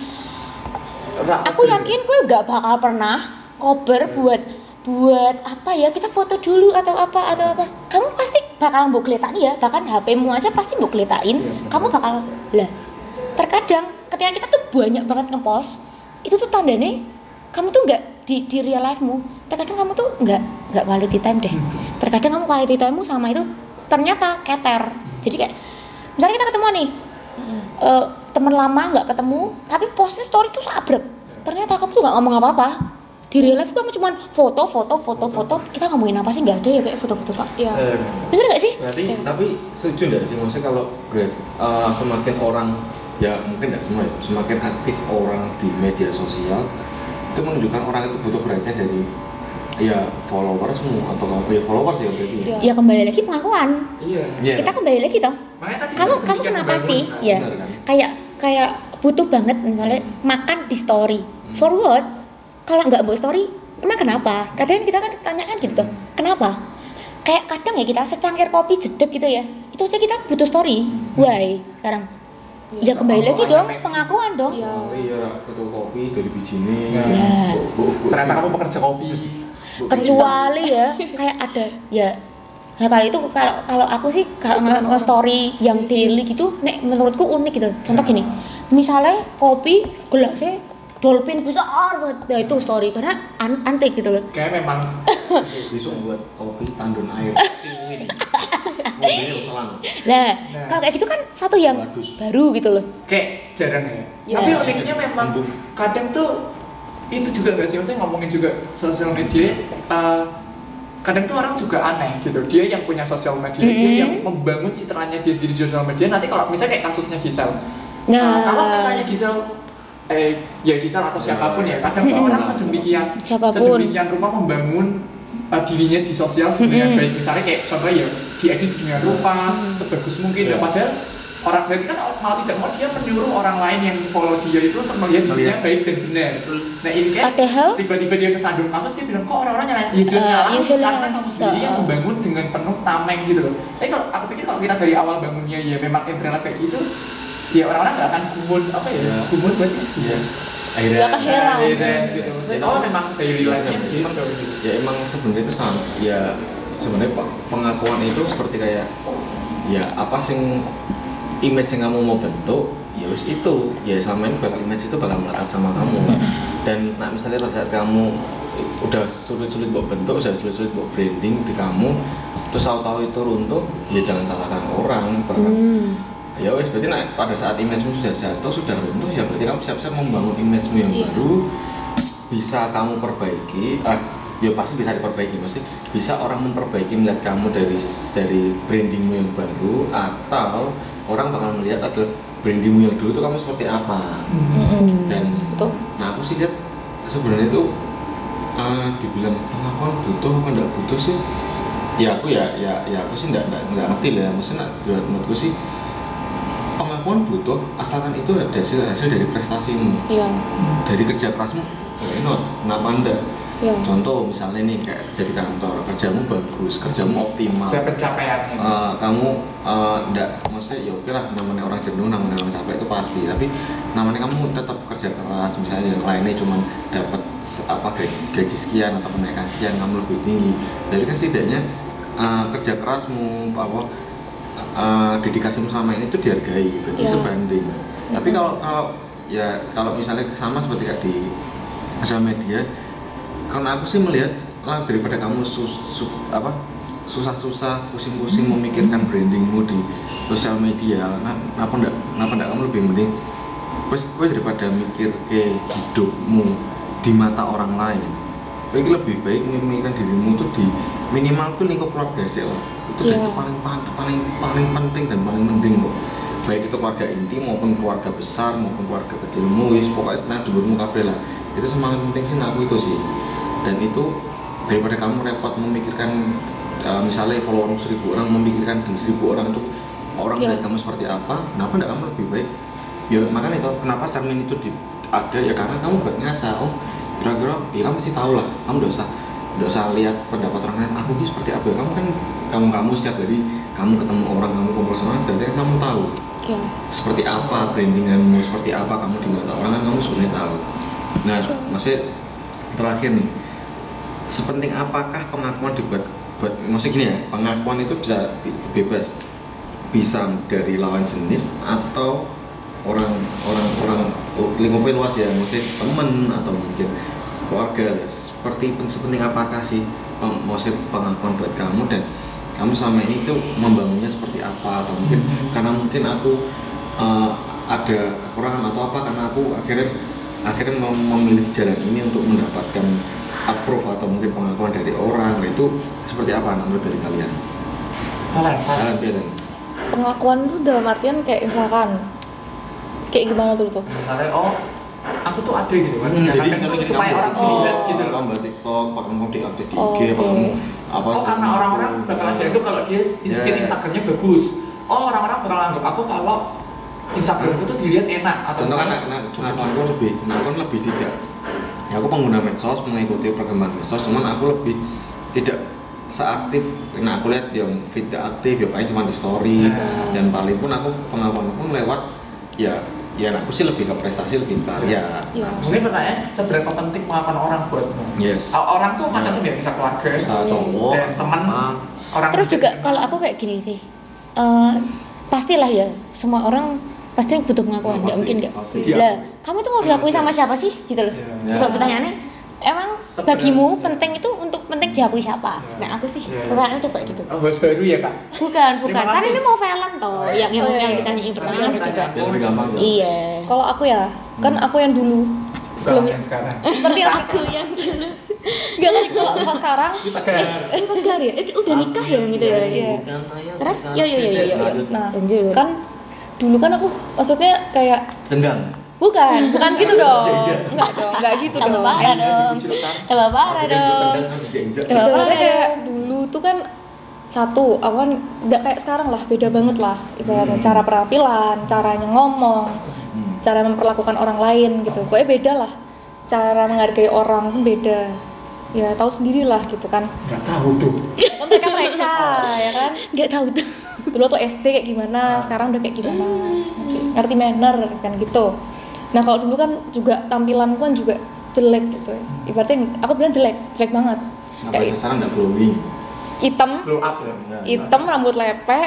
Aku yakin gue gak bakal pernah kober yeah. buat buat apa ya, kita foto dulu atau apa atau apa. Kamu pasti bakal mbok geletain ya, bahkan H P-mu aja pasti mbok geletain. Yeah. Kamu bakal lah. Terkadang ketika kita tuh banyak banget ngepost, itu tuh tandanya kamu tuh nggak di di real life-mu. Terkadang kamu tuh nggak nggak quality time deh. Terkadang kamu quality time-mu sama itu ternyata keter. Jadi kayak misalnya kita ketemu nih, uh, teman lama nggak ketemu, tapi postnya story tuh sabrek. Ternyata kamu tuh nggak ngomong apa-apa. Di real life kamu cuman foto, foto, foto, foto. Kita ngomongin apa sih? Nggak ada ya kayak foto-foto tak.
Iya.
Eh,
Bener nggak sih?
Berarti ya. Tapi setuju nggak sih maksudnya kalau uh, semakin orang, ya mungkin nggak semua ya, semakin aktif orang di media sosial itu menunjukkan orang itu butuh perhatian dari ya followersmu atau ya followers ya berarti ya.
Ya kembali lagi pengakuan.
Iya.
Yeah. Kita kembali lagi toh. Kamu kamu kenapa sih? Ya. Kan? Kayak kayak butuh banget misalnya hmm. makan di story. Hmm. For what? Kalau nggak buat story, emang kenapa? Kadang kita kan tanya kan gitu toh. Hmm. Kenapa? Kayak kadang ya kita secangkir kopi jedek gitu ya. Itu aja kita butuh story. Hmm. Why? Sekarang. Ya kembali oh, lagi dong, pengakuan dong.
Iya, oh, iya, betul kopi dari bijine.
Nah.
Ternyata kamu pekerja kopi.
Kecuali ya kayak ada ya. Nah kali itu kalau kalau aku sih kalau nge-story yang daily gitu, nek menurutku unik gitu. Contoh gini, misalnya kopi gelasnya dolphin besar banget, nah itu story karena an- antik gitu loh.
Kayak memang
besok buat kopi tandon air. Mobilnya selang.
Nah, nah, kalau kayak gitu kan satu yang Wadus. Baru gitu loh.
Kayak jarang ya.
ya.
Tapi uniknya memang kadang tuh itu juga nggak sih, maksudnya ngomongin juga sosial media. Uh, kadang tuh orang juga aneh gitu. Dia yang punya sosial media, mm-hmm. dia yang membangun citranya dia sendiri di sosial media. Nanti kalau misalnya kayak kasusnya Gisel, nah. uh, kalau misalnya Gisel eh ya Gisel atau siapapun ya, kadang tuh orang sedemikian sedemikian rupa membangun uh, dirinya di sosial sebenarnya mm-hmm. baik. Misalnya kayak contoh ya diedit sedemikian rupa mm-hmm. sebagus mungkin yeah. padahal orang berarti kan mau tidak mau dia menyuruh orang lain yang follow dia itu untuk melihat dirinya baik dan benar. Nah in case padahal, tiba-tiba dia kesandung kasus dia bilang kok orang-orang nyalain ya jelas uh, nyalain karena kamu sendiri yang membangun dengan penuh tameng gitu loh. Tapi kalau aku pikir kalau kita dari awal bangunnya ya memang internet kayak gitu, ya orang-orang nggak akan gumun apa ya, ya. gumun berarti ya.
Akhirnya
akhirnya gitu. Maksudnya oh memang daily life-nya gitu.
Ya emang sebenarnya itu sama. Ya sebenarnya pengakuan itu seperti kayak ya apa sing image yang kamu mau bentuk, ya wis itu, ya selama ini bakal image itu bakal melekat sama kamu. Dan nah misalnya pada saat kamu udah sulit-sulit buat bentuk, udah sulit-sulit buat branding di kamu, terus tahu-tahu itu runtuh, ya jangan salahkan orang. Bahkan hmm. ya wis berarti nah, pada saat image-mu sudah jatuh, sudah runtuh, ya berarti kamu siap-siap membangun image-mu yang yeah. baru, bisa kamu perbaiki. Ah, ya pasti bisa diperbaiki, mesti bisa orang memperbaiki melihat kamu dari dari brandingmu yang baru, atau orang bakal melihat adalah brandingmu yang dulu itu kamu seperti apa. Mm-hmm. Dan betul. Nah aku sih lihat sebenarnya itu uh, dibilang pengakuan butuh apa enggak butuh sih, ya aku ya ya ya aku sih enggak enggak, enggak ngerti lah. Maksudnya menurutku sih pengakuan butuh asalkan itu ada hasil hasil dari prestasimu, yeah. dari kerja kerasmu. Why not? Kenapa enggak? Yeah. Contoh misalnya nih kayak kerja di kantor, kerjamu bagus, kerjamu optimal,
pencapaiannya.
Uh, kamu uh, enggak, maksudnya ya oke lah, namanya orang jenuh, namanya orang capek itu pasti. Tapi namanya kamu tetap kerja keras, misalnya yang lainnya cuma dapat apa gaji, gaji sekian atau kenaikan sekian, kamu lebih tinggi. Jadi kan setidaknya uh, kerja kerasmu, apa uh, dedikasimu sama ini itu dihargai, berarti yeah. sebanding. Mm-hmm. Tapi kalau kalau ya kalau misalnya sama seperti kayak di sosial media. karena aku sih melihat ah, daripada kamu sus, sus, apa susah-susah pusing-pusing memikirkan brandingmu di sosial media, nah, kenapa enggak kenapa enggak kamu lebih mending wes kowe daripada mikir ke hidupmu di mata orang lain, kowe lebih baik memikirkan dirimu tuh di minimal tuh lingkup keluarga sih lah. Itu yeah. itu paling paling paling penting dan paling penting kok. Baik itu keluarga inti maupun keluarga besar maupun keluarga kecilmu, wis pokoknya sebenarnya dulurmu kabeh lah. Itu semakin penting sih aku itu sih. Dan itu daripada kamu repot memikirkan uh, misalnya follower seribu orang, memikirkan di seribu orang itu orang yeah. dari kamu seperti apa, kenapa enggak kamu lebih baik ya makanya kalau kenapa cermin itu di, ada ya karena kamu buat ngaca, oh kira-kira ya kamu pasti tahu lah, kamu udah usah udah usah lihat pendapat orang lain, aku ini seperti apa ya, kamu kan kamu kamu setiap hari kamu ketemu orang, kamu ngobrol sama orang, berarti kan kamu tahu yeah. seperti apa brandinganmu, seperti apa kamu di mata orang kan kamu sebenarnya tahu. Nah yeah. maksudnya terakhir nih, sepenting apakah pengakuan dibuat buat maksudnya gini ya, pengakuan itu bisa bebas, bisa dari lawan jenis atau orang orang orang lingkupnya luas ya, maksudnya teman atau mungkin keluarga. Seperti sepenting apakah sih peng, maksudnya pengakuan buat kamu dan kamu selama ini tuh membangunnya seperti apa, atau mungkin karena mungkin aku uh, ada kekurangan atau apa karena aku akhirnya akhirnya memilih jalan ini untuk mendapatkan approve atau mungkin pengakuan dari orang. Itu seperti apa menurut dari kalian?
Kalian,
kalian
pengakuan itu dalam artian kayak misalkan kayak gimana tuh tuh?
Misalnya oh aku tuh ada gitu kan,
hmm, jadi
kan itu supaya orang
oh,
lihat gitu loh.
Kamu TikTok, kamu di update di I G,
okay.
kamu apa?
Oh karena orang-orang bakal ada itu kalau dia yes. Instagramnya bagus. Oh orang-orang bakal anggap aku kalau Instagramku tuh dilihat enak atau
contoh kan nah, nah, aku lebih, nah aku lebih tidak. Ya aku pengguna medsos, mengikuti perkembangan medsos, cuman aku lebih tidak seaktif. Nah aku lihat yang tidak aktif ya paling cuma di story yeah. dan paling pun aku pengakuan pun lewat ya. Ya, aku sih lebih ke prestasi, lebih karya.
Ya.
Mungkin pertanyaan, seberapa penting pengakuan orang buatmu?
Yes.
Orang tuh macam-macam ya, bisa keluarga,
bisa cowok,
dan teman.
Ah.
Orang terus juga kalau aku kayak gini sih, uh, pastilah ya, semua orang pasti butuh pengakuan, nggak mungkin nggak. Lah, kamu tuh mau diakui sama siapa sih, gitu loh? Yeah. Coba pertanyaannya, emang sebenarnya, bagimu ya. Penting itu untuk penting diakui siapa? Ya. Nah aku sih, ya. Pertanyaan coba gitu.
Oh, bahas baru ya kak?
Bukan, bukan. Kan ini mau Valen toh, yang yang, oh, yang ditanyain pertanyaan juga. Iya.
Kalau aku ya, kan aku yang dulu.
Sebelumnya sekarang.
Seperti aku yang dulu.
Gak kan kalau sekarang.
Eh, tegar ya? Eh, udah nikah ya gitu ya? Iya. Terus, yo yo yo yo.
Nah, kan dulu kan aku maksudnya kayak.
Tenggang.
Bukan, bukan gitu dong. Enggak dong, enggak gitu dong.
Tambah parah dong. Tambah parah dong.
Tambah parah kayak dulu tuh kan satu, aku kan udah kayak sekarang lah, beda banget lah ibaratnya cara penampilan, caranya ngomong, cara memperlakukan orang lain gitu. Pokoknya beda lah. Cara menghargai orang pun beda. Ya tahu sendirilah gitu kan.
Enggak tahu tuh.
Kan mereka mereka ya kan?
Enggak tahu tuh.
Dulu tuh S D kayak gimana, sekarang udah kayak gimana. Ngerti manner kan gitu. Nah kalau dulu kan juga tampilanku kan juga jelek gitu ya. Ibaratnya aku bilang jelek, jelek banget.
Nah, kayak sekarang nggak glowing.
Hitam,
glow up ya.
Hitam, rambut lepek,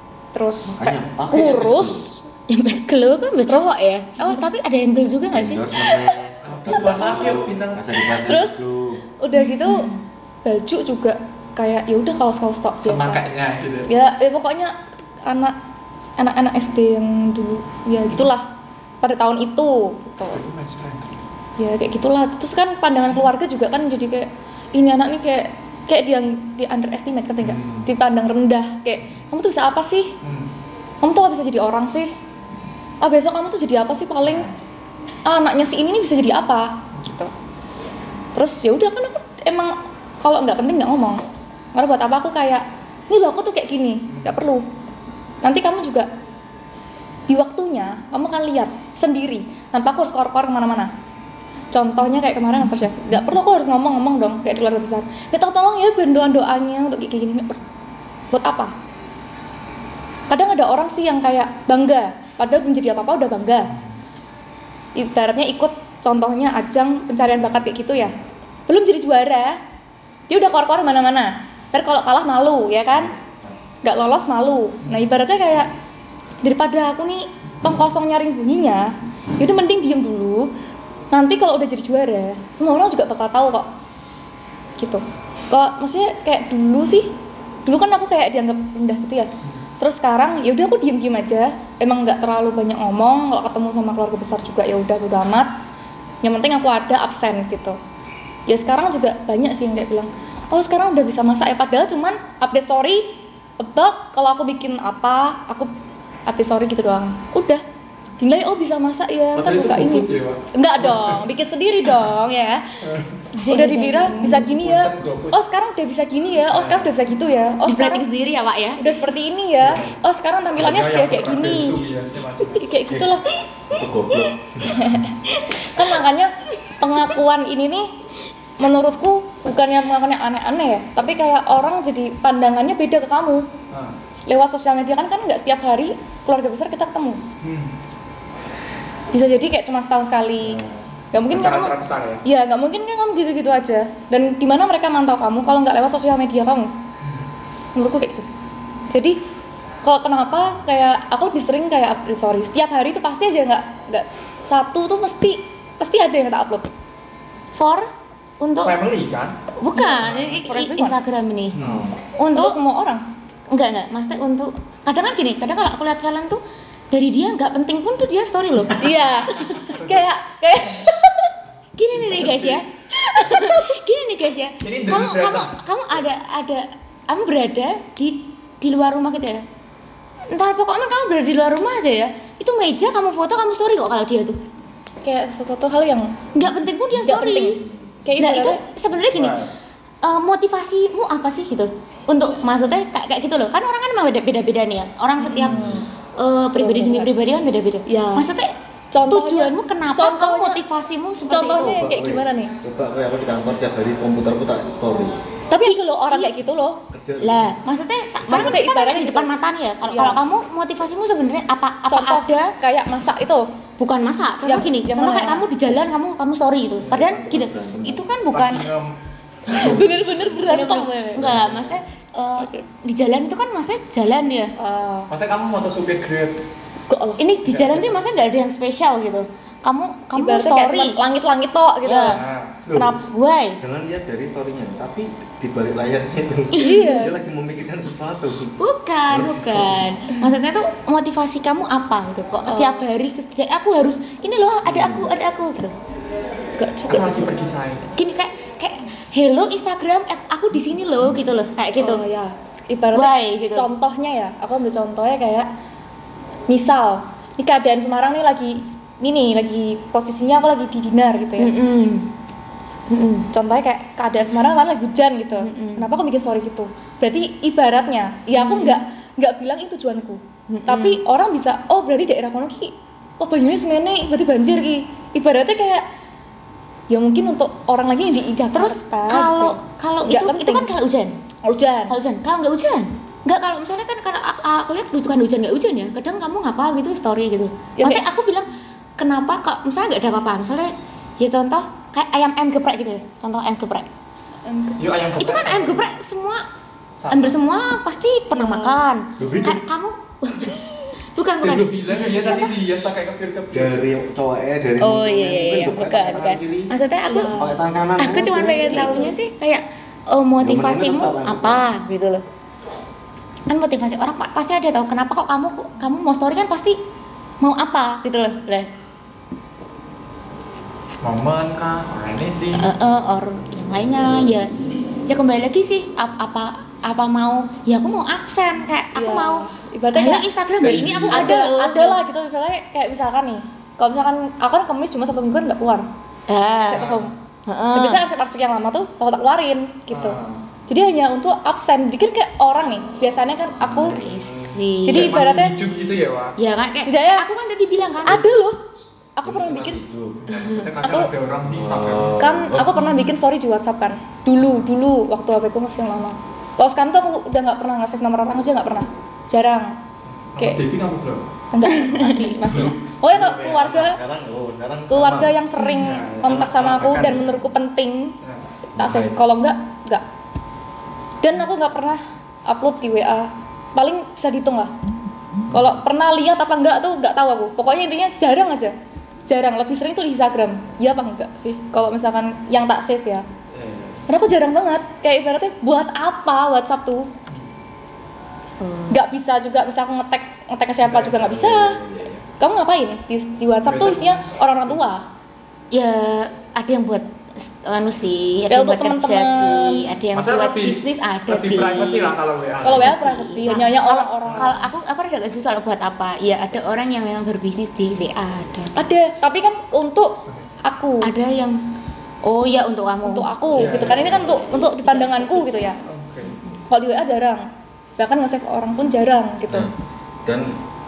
terus kayak kurus.
Yang best glow kan best cowok ya. Oh tapi ada yang glow juga nggak sih?
Terus udah gitu baju juga kayak ya udah kaos-kaos tok biasa.
Semakanya gitu.
Ya, ya pokoknya anak anak-anak S D yang dulu ya gitulah. Pada tahun itu gitu. Ya kayak gitulah. Terus kan pandangan keluarga juga kan jadi kayak ini anak nih kayak kayak dia di underestimate kan enggak? Hmm. Dipandang rendah kayak kamu tuh bisa apa sih? Hmm. Kamu tuh gak bisa jadi orang sih? Ah besok kamu tuh jadi apa sih paling? Ah, anaknya si ini nih bisa jadi apa? Gitu. Terus ya udah kan aku emang kalau nggak penting nggak ngomong. Karena buat apa aku kayak nih loh aku tuh kayak gini, nggak perlu. Nanti kamu juga di waktunya kamu akan lihat sendiri tanpa aku harus keluar-keluar kemana-mana. Contohnya kayak kemarin Master Chef, nggak perlu aku harus ngomong-ngomong dong kayak di keluarga besar. Minta tolong ya doa-doanya untuk kayak gini. Buat apa? Kadang ada orang sih yang kayak bangga, padahal belum jadi apa-apa udah bangga. Ibaratnya ikut contohnya ajang pencarian bakat kayak gitu ya. Belum jadi juara, dia udah keluar-keluar mana-mana. Ntar kalau kalah malu ya kan? Nggak lolos malu. Nah ibaratnya kayak daripada aku nih tong kosong nyaring bunyinya, yaudah mending diem dulu. Nanti kalau udah jadi juara, semua orang juga bakal tahu kok gitu. Kok maksudnya kayak dulu sih, dulu kan aku kayak dianggap rendah gitu ya. Terus sekarang ya udah aku diem-diem aja. Emang nggak terlalu banyak ngomong. Kalau ketemu sama keluarga besar juga ya udah udah amat. Yang penting aku ada absen gitu. Ya sekarang juga banyak sih yang kayak bilang, oh sekarang udah bisa masak ya. Padahal cuman update story about kalau aku bikin apa, aku update story gitu doang. Udah. Dinilai oh bisa masak ya, ntar buka ini. Ya, enggak dong, bikin sendiri dong ya. Udah dibilang bisa gini ya. Oh sekarang udah bisa gini ya. Oh sekarang udah bisa gitu ya. Oh sekarang
sendiri ya Pak ya.
Udah seperti ini ya. Oh sekarang tampilannya sudah kayak gini. Kayak gitulah. Kan makanya pengakuan ini nih menurutku bukannya pengakuan yang aneh-aneh ya, tapi kayak orang jadi pandangannya beda ke kamu. Lewat sosial media kan kan nggak setiap hari keluarga besar kita ketemu. Bisa jadi kayak cuma setahun sekali. Gak mungkin kan kamu, besar ya? Iya, gak mungkin kan kamu gitu-gitu aja. Dan di mana mereka mantau kamu kalau nggak lewat sosial media kamu? Menurutku kayak gitu sih. Jadi kalau kenapa kayak aku lebih sering kayak update story setiap hari itu pasti aja nggak nggak satu tuh mesti pasti ada yang tak upload.
For untuk
family kan?
Bukan, i- Instagram ini.
Hmm.
Untuk,
untuk semua orang.
Enggak enggak, maksudnya untuk kadang kan gini, kadang kalau aku lihat kalian tuh dari dia nggak penting pun tuh dia story loh.
Iya. kayak kayak
gini nih, nih guys ya. Gini nih guys ya. Kamu kamu kamu ada ada kamu berada di di luar rumah gitu ya. Entar pokoknya kamu berada di luar rumah aja ya. Itu meja kamu foto, kamu story kok kalau dia tuh.
Kayak sesuatu hal yang
nggak penting pun dia story. Kayak nah itu sebenarnya gini. Uh, motivasimu apa sih gitu? Untuk maksudnya kayak kayak gitu loh. Kan orang kan memang beda-beda nih ya. Orang setiap hmm. Uh, pribadi demi pribadi kan beda-beda. Ya. Maksudnya contohnya, tujuanmu kenapa kamu motivasimu seperti
contohnya
itu?
Contohnya kayak gimana nih?
Coba kayak aku di kantor tiap hari komputerku tak story.
Tapi ada loh orang kayak gitu loh.
Lah, maksudnya karena kita kan di depan mata nih ya. Kalau ya. Kalau kamu motivasimu sebenarnya apa apa
contoh,
ada
kayak masak itu?
Bukan masak. Contoh yang, gini, yang contoh kayak kamu di jalan kamu kamu story itu. Padahal gitu. Itu kan bukan
bener-bener berantem.
Enggak, maksudnya Uh, okay. Di jalan itu kan maksudnya jalan ya.
Uh. Maksudnya kamu moto supir Grab.
Ini di jalan tuh maksudnya nggak ada yang spesial gitu. Kamu kamu ibaratnya story
langit-langit tok gitu.
Ya. Kenapa? Why?
Jangan lihat dari storynya, tapi di balik layarnya itu
iya.
Dia lagi memikirkan sesuatu.
Bukan, bukan. Maksudnya tuh motivasi kamu apa gitu? Kok setiap hari aku harus ini loh ada aku ada aku gitu.
Gak juga
sih pergi saya.
Gini kayak kayak hello Instagram, aku di sini loh gitu loh, kayak gitu.
Oh ya, ibaratnya Why, gitu. Contohnya ya, aku ambil contohnya kayak misal, ini keadaan Semarang nih lagi, ini nih lagi posisinya aku lagi di dinar gitu ya. Mm-hmm. Mm-hmm. Contohnya kayak keadaan Semarang kan lagi hujan gitu. Mm-hmm. Kenapa aku bikin story gitu? Berarti ibaratnya, ya aku nggak mm-hmm. nggak bilang itu tujuanku, mm-hmm. tapi orang bisa, oh berarti daerah kono ki, oh Banyuwangi semene, berarti banjir ki. Ibaratnya kayak ya mungkin untuk orang lagi yang di Jakarta.
Terus kalau gitu. Kalau itu penting. Itu kan kalau hujan.
Hujan.
Kalau hujan. Kalau nggak hujan, nggak kalau misalnya kan karena aku, aku lihat bukan hujan nggak hujan ya. Kadang kamu ngapa gitu story gitu. Ya, maksudnya aku bilang kenapa kok misalnya nggak ada apa-apa. Misalnya ya contoh kayak ayam ayam geprek gitu ya. Contoh ayam geprek.
Yuk, ayam geprek.
Itu kan ayam geprek semua hampir semua pasti pernah ya. Makan. Kayak kamu bukan bukan.
Udah bilang ya tadi dia pakai kepir-kepir.
Dari cowoknya dari
oh iya iya iya bukan bukan. Maksudnya aku
pakai tangan kanan.
Aku cuma pengen tahunya sih kayak oh motivasimu apa gitu loh. Kan motivasi orang pasti ada tahu kenapa kok kamu kamu mau story kan pasti mau apa gitu loh. Lah.
Momen kah, or anything.
Uh, uh, or yang lainnya ya. Ya kembali lagi sih apa apa apa mau ya aku mau absen kayak aku ya. Mau ibaratnya Instagram hari ini aku ada loh.
Ada lah gitu misalnya kayak misalkan nih. Kalau misalkan aku kan Kamis cuma satu minggu kan enggak keluar.
Ah.
Set home. Heeh. Nah, biasanya arsip-arsip yang lama tuh bakal tak keluarin gitu. Ah. Jadi hanya untuk absen. Jadi kan kayak orang nih. Biasanya kan aku
isi.
Jadi ibaratnya
gitu ya, Wak.
Ya kan kayak
setidaknya
aku kan tadi bilang kan.
Ada loh. Aku pernah bikin.
Maksudnya kan ada orang di Instagram.
Kan aku pernah bikin story di WhatsApp kan. Dulu, dulu waktu H P ku masih yang lama. Kalau sekarang tuh aku udah nggak pernah nge-save nomor orang aja nggak pernah, jarang.
Kayak Devi kamu belum?
Enggak, masih masih. Oh ya keluarga,
sekarang, oh, sekarang
keluarga yang sering kontak sama aku dan menurutku penting, tak save. Kalau enggak, enggak. Dan aku nggak pernah upload di W A, paling bisa dihitung lah. Kalau pernah lihat apa enggak tuh nggak tahu aku. Pokoknya intinya jarang aja, jarang. Lebih sering tuh di Instagram. Ya apa enggak sih? Kalau misalkan yang tak save ya. Karena aku jarang banget, kayak ibaratnya buat apa WhatsApp tuh?
Hmm.
Nggak bisa juga, bisa aku ngetek ngetek ke siapa juga nggak bisa. Kamu ngapain di, di WhatsApp tuh isinya orang-orang tua?
Ya ada yang buat anu sih, ada
Ya,
yang
untuk
buat kerja
teman-teman.
sih, ada yang
Maksudnya
buat
lebih-
bisnis ada
lebih
sih.
privacy lah kalau W A.
Kalau W A privacy, hanya hanya
Kalau-
orang-orang.
Kalau aku aku ada gak sih kalau buat apa? Ya ada orang yang memang berbisnis di W A ada.
Ada, tapi kan untuk aku,
Ada yang oh ya untuk kamu.
untuk aku
Iya,
gitu kan.
iya,
Ini kan untuk
iya.
untuk di
Bisa,
pandanganku
bisa,
gitu
bisa.
ya.
Oke.
Kalau di W A jarang, bahkan nge-save orang pun jarang gitu.
Nah, dan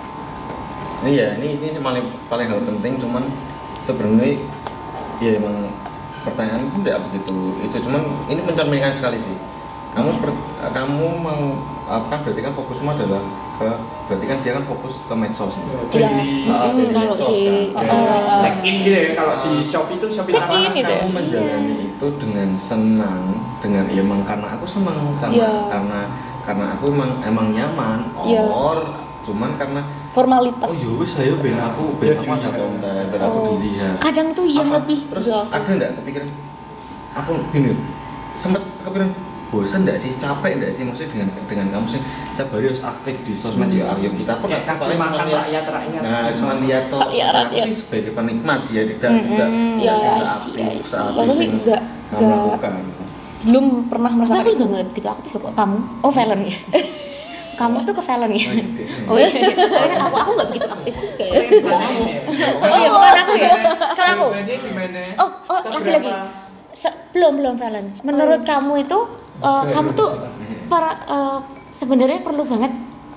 ini ya ini ini paling paling hal penting, cuman sebenarnya ya emang pertanyaan pun tidak begitu itu, cuman ini mencerminkan sekali sih. Kamu seperti kamu mau apa, kan berarti kan fokusmu adalah ke berarti kan dia kan fokus ke medsos.
Iya.
Ah,
Mm,
dari
kalau
medsos
si-
kan.
Oh,
Dan-
oh.
Check in gitu ya kalau di Shopee itu Shopee
Check in
apa
gitu ya?
kamu menjalani itu dengan senang, dengan ya emang karena aku senang, karena
Iya.
karena karena aku emang emang nyaman,
Iya.
or cuman karena
Formalitas.
oh ya wis ayo ben aku ben
Ya,
aku ada
dilihat.
konten, ben aku
Oh.
dilihat.
Kadang tuh yang
Apa?
lebih
Terus
Jelas.
ada enggak kepikiran aku gini sempet kepikiran bosan enggak sih, capek enggak sih maksudnya dengan dengan kamu sih setiap hari harus aktif di sosmed.
Hmm.
Ya ayo kita pun
Kayak
aku
kasih
paling
makan
cuma lihat-
rakyat-rakyat.
nah cuma lihat toh
Rakyat,
aku
rakyat.
sih sebagai penikmat sih ya tidak
Mm-mm.
tidak
Ya,
tidak
I see,
seaktif
I see.
seaktif
Kalau sih
yang
enggak-
kamu
enggak.
lakukan.
Belum pernah
tapi
merasakan
aku
itu.
nggak begitu aktif kok kamu. Oh Valen ya. Kamu tuh ke Valen ya.
Oh, gitu.
Oh iya. iya. Tapi kan aku aku nggak begitu aktif sih kayak.
Oh
iya, bukan aku ya. Kalau aku.
Gimana gimana?
Oh, oh lagi-lagi. Se- belum belum Valen. Menurut kamu itu uh,
Maksudnya
kamu tuh
belum.
para uh, sebenarnya perlu banget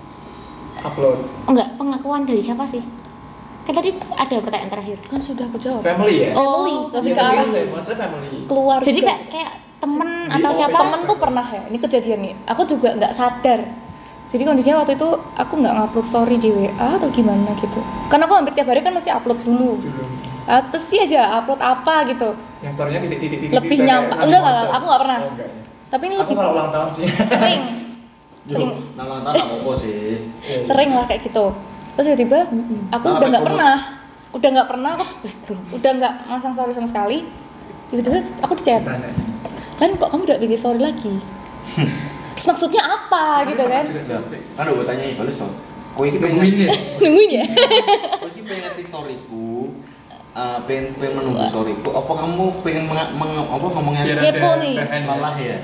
Upload
enggak pengakuan dari siapa sih? Kan tadi ada pertanyaan terakhir.
Kan sudah aku jawab.
family ya?
Oh,
lebih
Iya,
ke arah
iya, maksudnya family.
keluarga.
jadi kayak kayak temen
Di-
atau
oh,
siapa?
temen tuh pernah ya, ini kejadian nih. Aku juga nggak sadar. Jadi kondisinya waktu itu aku nggak ngupload story di W A atau gimana gitu. Karena aku hampir tiap hari kan masih upload dulu.
Dulu.
Ah, terus sih aja upload apa gitu.
Yang story-nya titik-titik
Lebih
kayak
nyampe-
Nabi
enggak, enggak,
Musa.
aku nggak pernah.
Oh, enggak ya.
Tapi ini
Aku
lebih
kalau ulang tahun sih.
sering,
Yo, nama tanah apa sih?
sering lah kayak gitu. Terus tiba-tiba aku
Nah,
udah nggak
apa
pernah, udah nggak pernah aku udah nggak masang story sama sekali. Tiba-tiba aku di chat,
Ditanya.
kan kok kamu udah bikin story lagi? Terus maksudnya apa gitu kan?
Juga jawab.
Kan udah tanya ya, balas so. Kowe iki
Nungguin
pengen
ya.
Nungguin ya?
kowe iki pengen ngerti storyku. Eh pengen pengen menunggu storyku. Apa kamu pengen meng, meng- apa ngomongnya
Biar
Kepo
ada
nih.
bahan
lelah ya?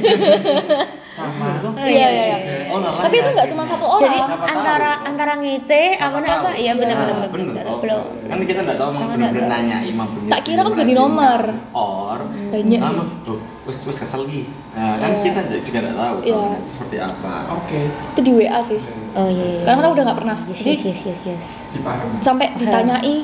sama.
Iya iya iya.
Oh, lelah.
Tapi
ya,
itu nggak
akhirnya.
cuma satu orang.
Jadi
Siapa tahu.
antara antara ngece
Siapa
apa
tahu.
apa? Iya benar
Nah,
benar
bener,
benar.
toh.
Belum.
Kan kita enggak tahu emang
Jangan
bener-bener
enggak.
nanya imam bener.
Tak kira kan ganti nomor.
Or
Banyak
lama,
sih.
loh, wis wis kesel iki. Nah, kan
Iya.
kita juga enggak tahu
Iya.
kalau seperti apa.
Oke.
Itu di W A sih.
Oh iya. iya.
Karena kan udah nggak pernah.
Yes
Jadi
yes yes yes. yes.
Dipahami.
sampai ditanyai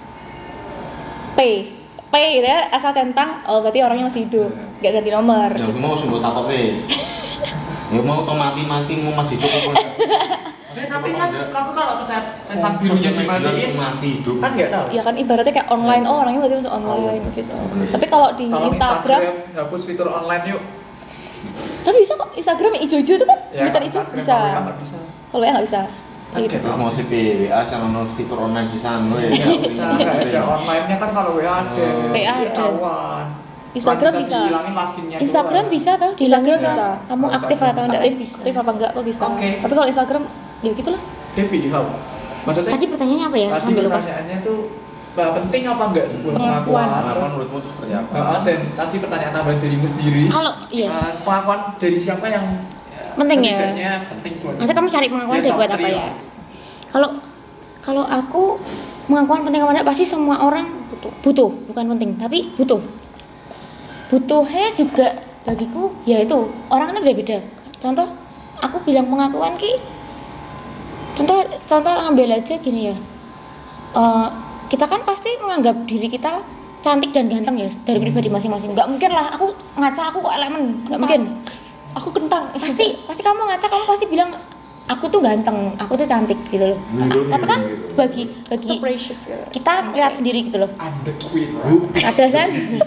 P, P ya asal centang. Oh berarti orangnya masih hidup. Nggak ganti nomor.
Jangan mau sungguh takoke. Ya mau to mati-mati mau masih hidup apa?
Eh, tapi kan kamu kalau misalnya tentang birunya dimatiin
mati hidup.
kan nggak tahu.
Ya kan ibaratnya kayak online. Oh orangnya berarti masih online
Oh,
gitu.
bener sih.
Tapi kalau di
Tolong
Instagram,
hapus fitur online yuk.
tapi bisa kok Instagram yang ijo-ijo itu kan bintang ijo
Instagram
bisa.
kalau nggak bisa.
Kalau W A nggak bisa.
Kan
Gitu.
kayak
Terus mau si P W A sama no fitur online sisan we.
Nggak bisa, nggak ada online-nya kan kalau W A ada.
Oh.
W A ada.
Ketahuan.
Instagram
Cuma
bisa.
dihilangin lasinnya
Instagram
doang.
bisa tau
Instagram
dihilangin
bisa.
kamu
Kalau
aktif
Instagram
atau enggak
Aktif,
bisa.
aktif apa enggak kok bisa.
Oke.
Tapi kalau Instagram ya gitulah.
Devi, how? Maksudnya
Tadi pertanyaannya apa ya?
tadi
Ambil lupa.
pertanyaannya tuh bah, penting apa enggak sebuah
Pengakuan.
pengakuan?
Pengakuan
Terus
menurutmu itu seperti apa?
uh, dan tadi pertanyaan tambahan dirimu sendiri.
Kalau iya.
Uh, pengakuan dari siapa yang
Penting ya?
setidaknya penting buat.
Masa kamu cari pengakuan
Ya,
dari
top
buat apa
three
ya?
lah.
Kalau kalau aku pengakuan penting apa enggak pasti semua orang butuh. Butuh, bukan penting, tapi butuh. Butuhnya juga bagiku ya itu orang kan beda-beda. Contoh aku bilang pengakuan ki contoh contoh ambil aja gini ya. Eh, kita kan pasti menganggap diri kita cantik dan ganteng ya dari pribadi masing-masing. Nggak mungkin lah aku ngaca aku kok elemen, nggak mungkin.
Aku kentang.
Pasti pasti kamu ngaca kamu pasti bilang aku tuh ganteng, aku tuh cantik gitu loh.
Ngilu,
Tapi kan
ngilu, gitu.
bagi
So
bagi
precious gitu.
kita lihat sendiri gitu loh.
I'm the queen.
Ada kan?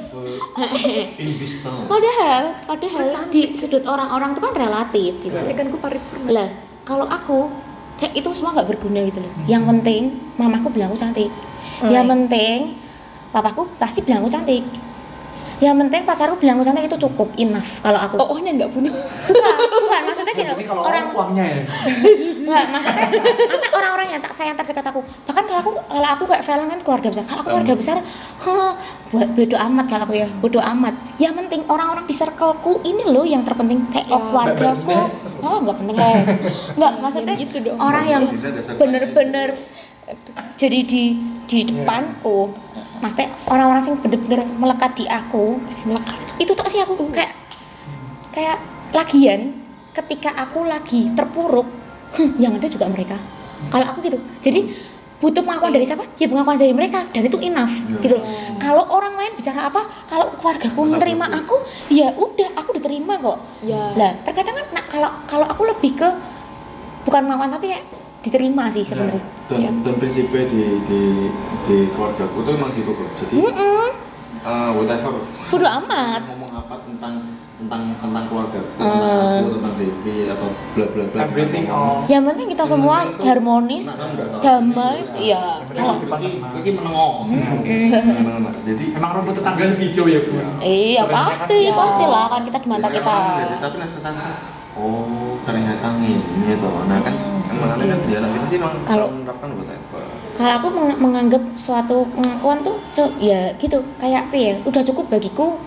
In this town.
Padahal padahal di sudut orang-orang itu kan relatif gitu.
Cantikanku paripurna.
Lah, kalau aku kayak itu semua nggak berguna gitu loh. Yang penting mamaku bilang aku cantik.
Hmm.
Yang penting papaku pasti bilang aku cantik. Yang penting pacarku bilang aku cantik itu cukup enough kalau aku.
Oh, ohnya nggak butuh.
Bukan, bukan maksudnya gini.
Jadi kalau
orang
orang uangnya ya.
Enggak, maksudnya maksudnya orang-orang yang tak sayang terdekat aku. Bahkan kalau aku kalau aku kayak Valen kan keluarga besar. Kalau aku keluarga besar, huh, buat bodo amat kalau aku ya, bodo amat. Yang penting orang-orang di circleku ini loh yang terpenting kayak oh, keluargaku. Oh, enggak penting lah. Enggak, maksudnya gitu dong. Orang yang bener-bener jadi di di depanku. Maksudnya orang-orang sing bener-bener melekat di aku, melekat. Itu tak sih aku kayak kayak lagian ketika aku lagi terpuruk, huh, yang ada juga mereka. Kalau aku gitu. Jadi butuh pengakuan dari siapa? Ya pengakuan dari mereka dan itu enough ya. Gitu loh. Kalau orang lain bicara apa, kalau keluargaku menerima aku, ya udah aku diterima kok. Ya. Lah, terkadang kan nah, kalau kalau aku lebih ke bukan pengakuan tapi kayak diterima sih sebenarnya.
Ya. Dan, ya. dan prinsipnya di di di keluargaku itu memang gitu kok. Jadi uh, whatever.
Bodo amat.
Ngomong apa tentang tentang tentang keluarga, uh, tentang aku, tentang Devi atau bla bla bla.
Everything all.
Yang penting kita semua hmm, harmonis, nah, damai, iya.
Kalau ini menengok.
Jadi emang rumput tetangga lebih hijau ya, Bu.
Iya, pasti, pastilah kan kita di mata kita.
Tapi nek tetangga oh, ternyata ini toh. Nah kan emang kan dia kita sih memang menerapkan whatever.
Kalau aku meng- menganggap suatu pengakuan tuh ya gitu, kayak apa ya? Udah cukup bagiku.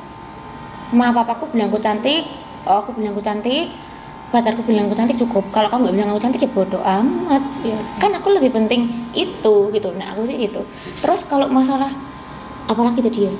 Ma papaku bilang aku cantik, oh aku bilang aku cantik, pacarku bilang aku cantik cukup. Kalau kamu nggak bilang aku cantik ya bodo amat. Yes. Kan aku lebih penting itu gitu. Nah aku sih gitu. Terus kalau masalah apalagi tadi ya,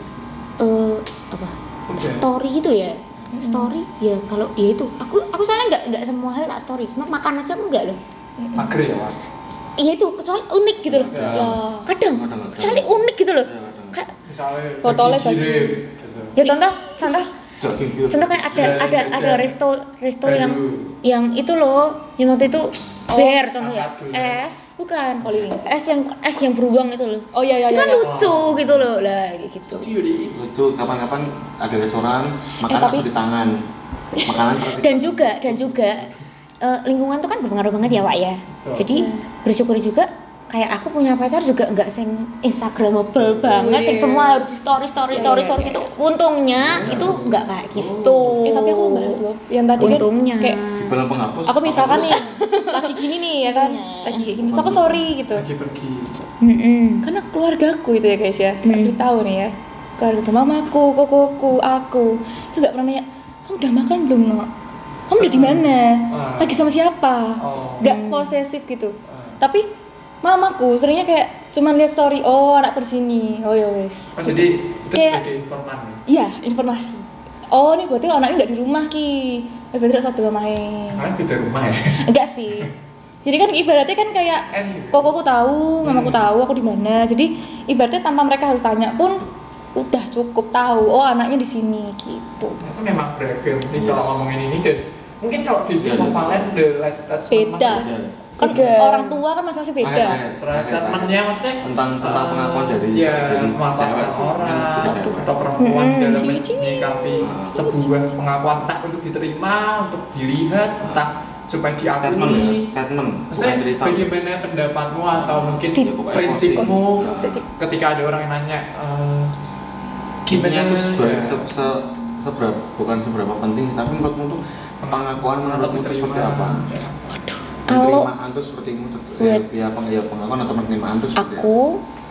uh, apa okay. story itu ya, mm-hmm. story ya kalau ya itu. Aku aku soalnya nggak nggak semua hal tak story. Cuma makan aja enggak loh.
Mager ya Mas.
Iya itu kecuali unik gitu loh. Ya. Ya. Kadang kecuali unik gitu loh. Kayak
misalnya
botolnya
girif.
Ya contoh, contoh. Contoh kayak ada ya, ada ada resto resto yang yang itu loh yang waktu itu oh, bear contoh ya es bukan es yang es yang beruang itu loh
oh iya iya
itu kan
iya,
lucu
oh.
gitu loh lah gitu
lucu kapan-kapan ada restoran makan eh, tapi, langsung di tangan makanan
dan juga dan juga uh, lingkungan tuh kan berpengaruh banget ya Wak ya oh. Jadi bersyukur juga kayak aku punya pacar juga enggak sing instagramable banget, sing semua harus di story story story story gitu. Untungnya itu enggak kayak gitu.
Eh tapi aku bahas loh. Yang tadi
untungnya
kan kayak
belum penghapus.
Aku misalkan nih lagi gini nih ya kan, lagi kayak gini, so aku story gitu.
Lagi pergi.
Heeh.
Karena keluargaku itu ya guys ya. Aku tahu nih ya. Keluarga mamaku, kokoku, aku itu enggak pernah nanya, "Kamu udah makan belum, Nok? Kamu udah di mana? Lagi sama siapa?" Enggak posesif gitu. Tapi mamaku seringnya kayak cuman lihat story, oh anakku di sini, oh ya wes.
Oh, jadi itu kayak, sebagai informan.
Iya informasi. Oh ini berarti anaknya nggak di rumah ki, berarti tidak satu rumah main.
Kalian beda rumah ya?
Enggak sih. Jadi kan ibaratnya kan kayak kokoku tahu, mamaku tahu aku di mana. Jadi ibaratnya tanpa mereka harus tanya pun udah cukup tahu. Oh anaknya di sini gitu.
Itu memang beragam sih yes. Kalau ngomongin ini dan mungkin kalau di film Valen the Let's Touch
beda. Kan beda. Orang tua kan masing-masing beda.
Terus statementnya maksudnya
tentang tentang uh, pengakuan dari
ya, pengakuan orang atau perempuan hmm, dalam menyikapi sebuah pengakuan entah untuk diterima, untuk dilihat, entah supaya diakui.
Statement, ya? Statement.
Maksudnya bagaimana pendapatmu atau mungkin di, prinsipmu ketika ada orang yang nanya uh,
gimana itu seberapa se, se, seberapa bukan seberapa penting tapi menurutmu tuh pengakuan menurutmu itu seperti apa?
Waduh.
Kalau penerimaan itu seperti itu ya, ya, ya pengakuan atau penerimaan itu seperti
aku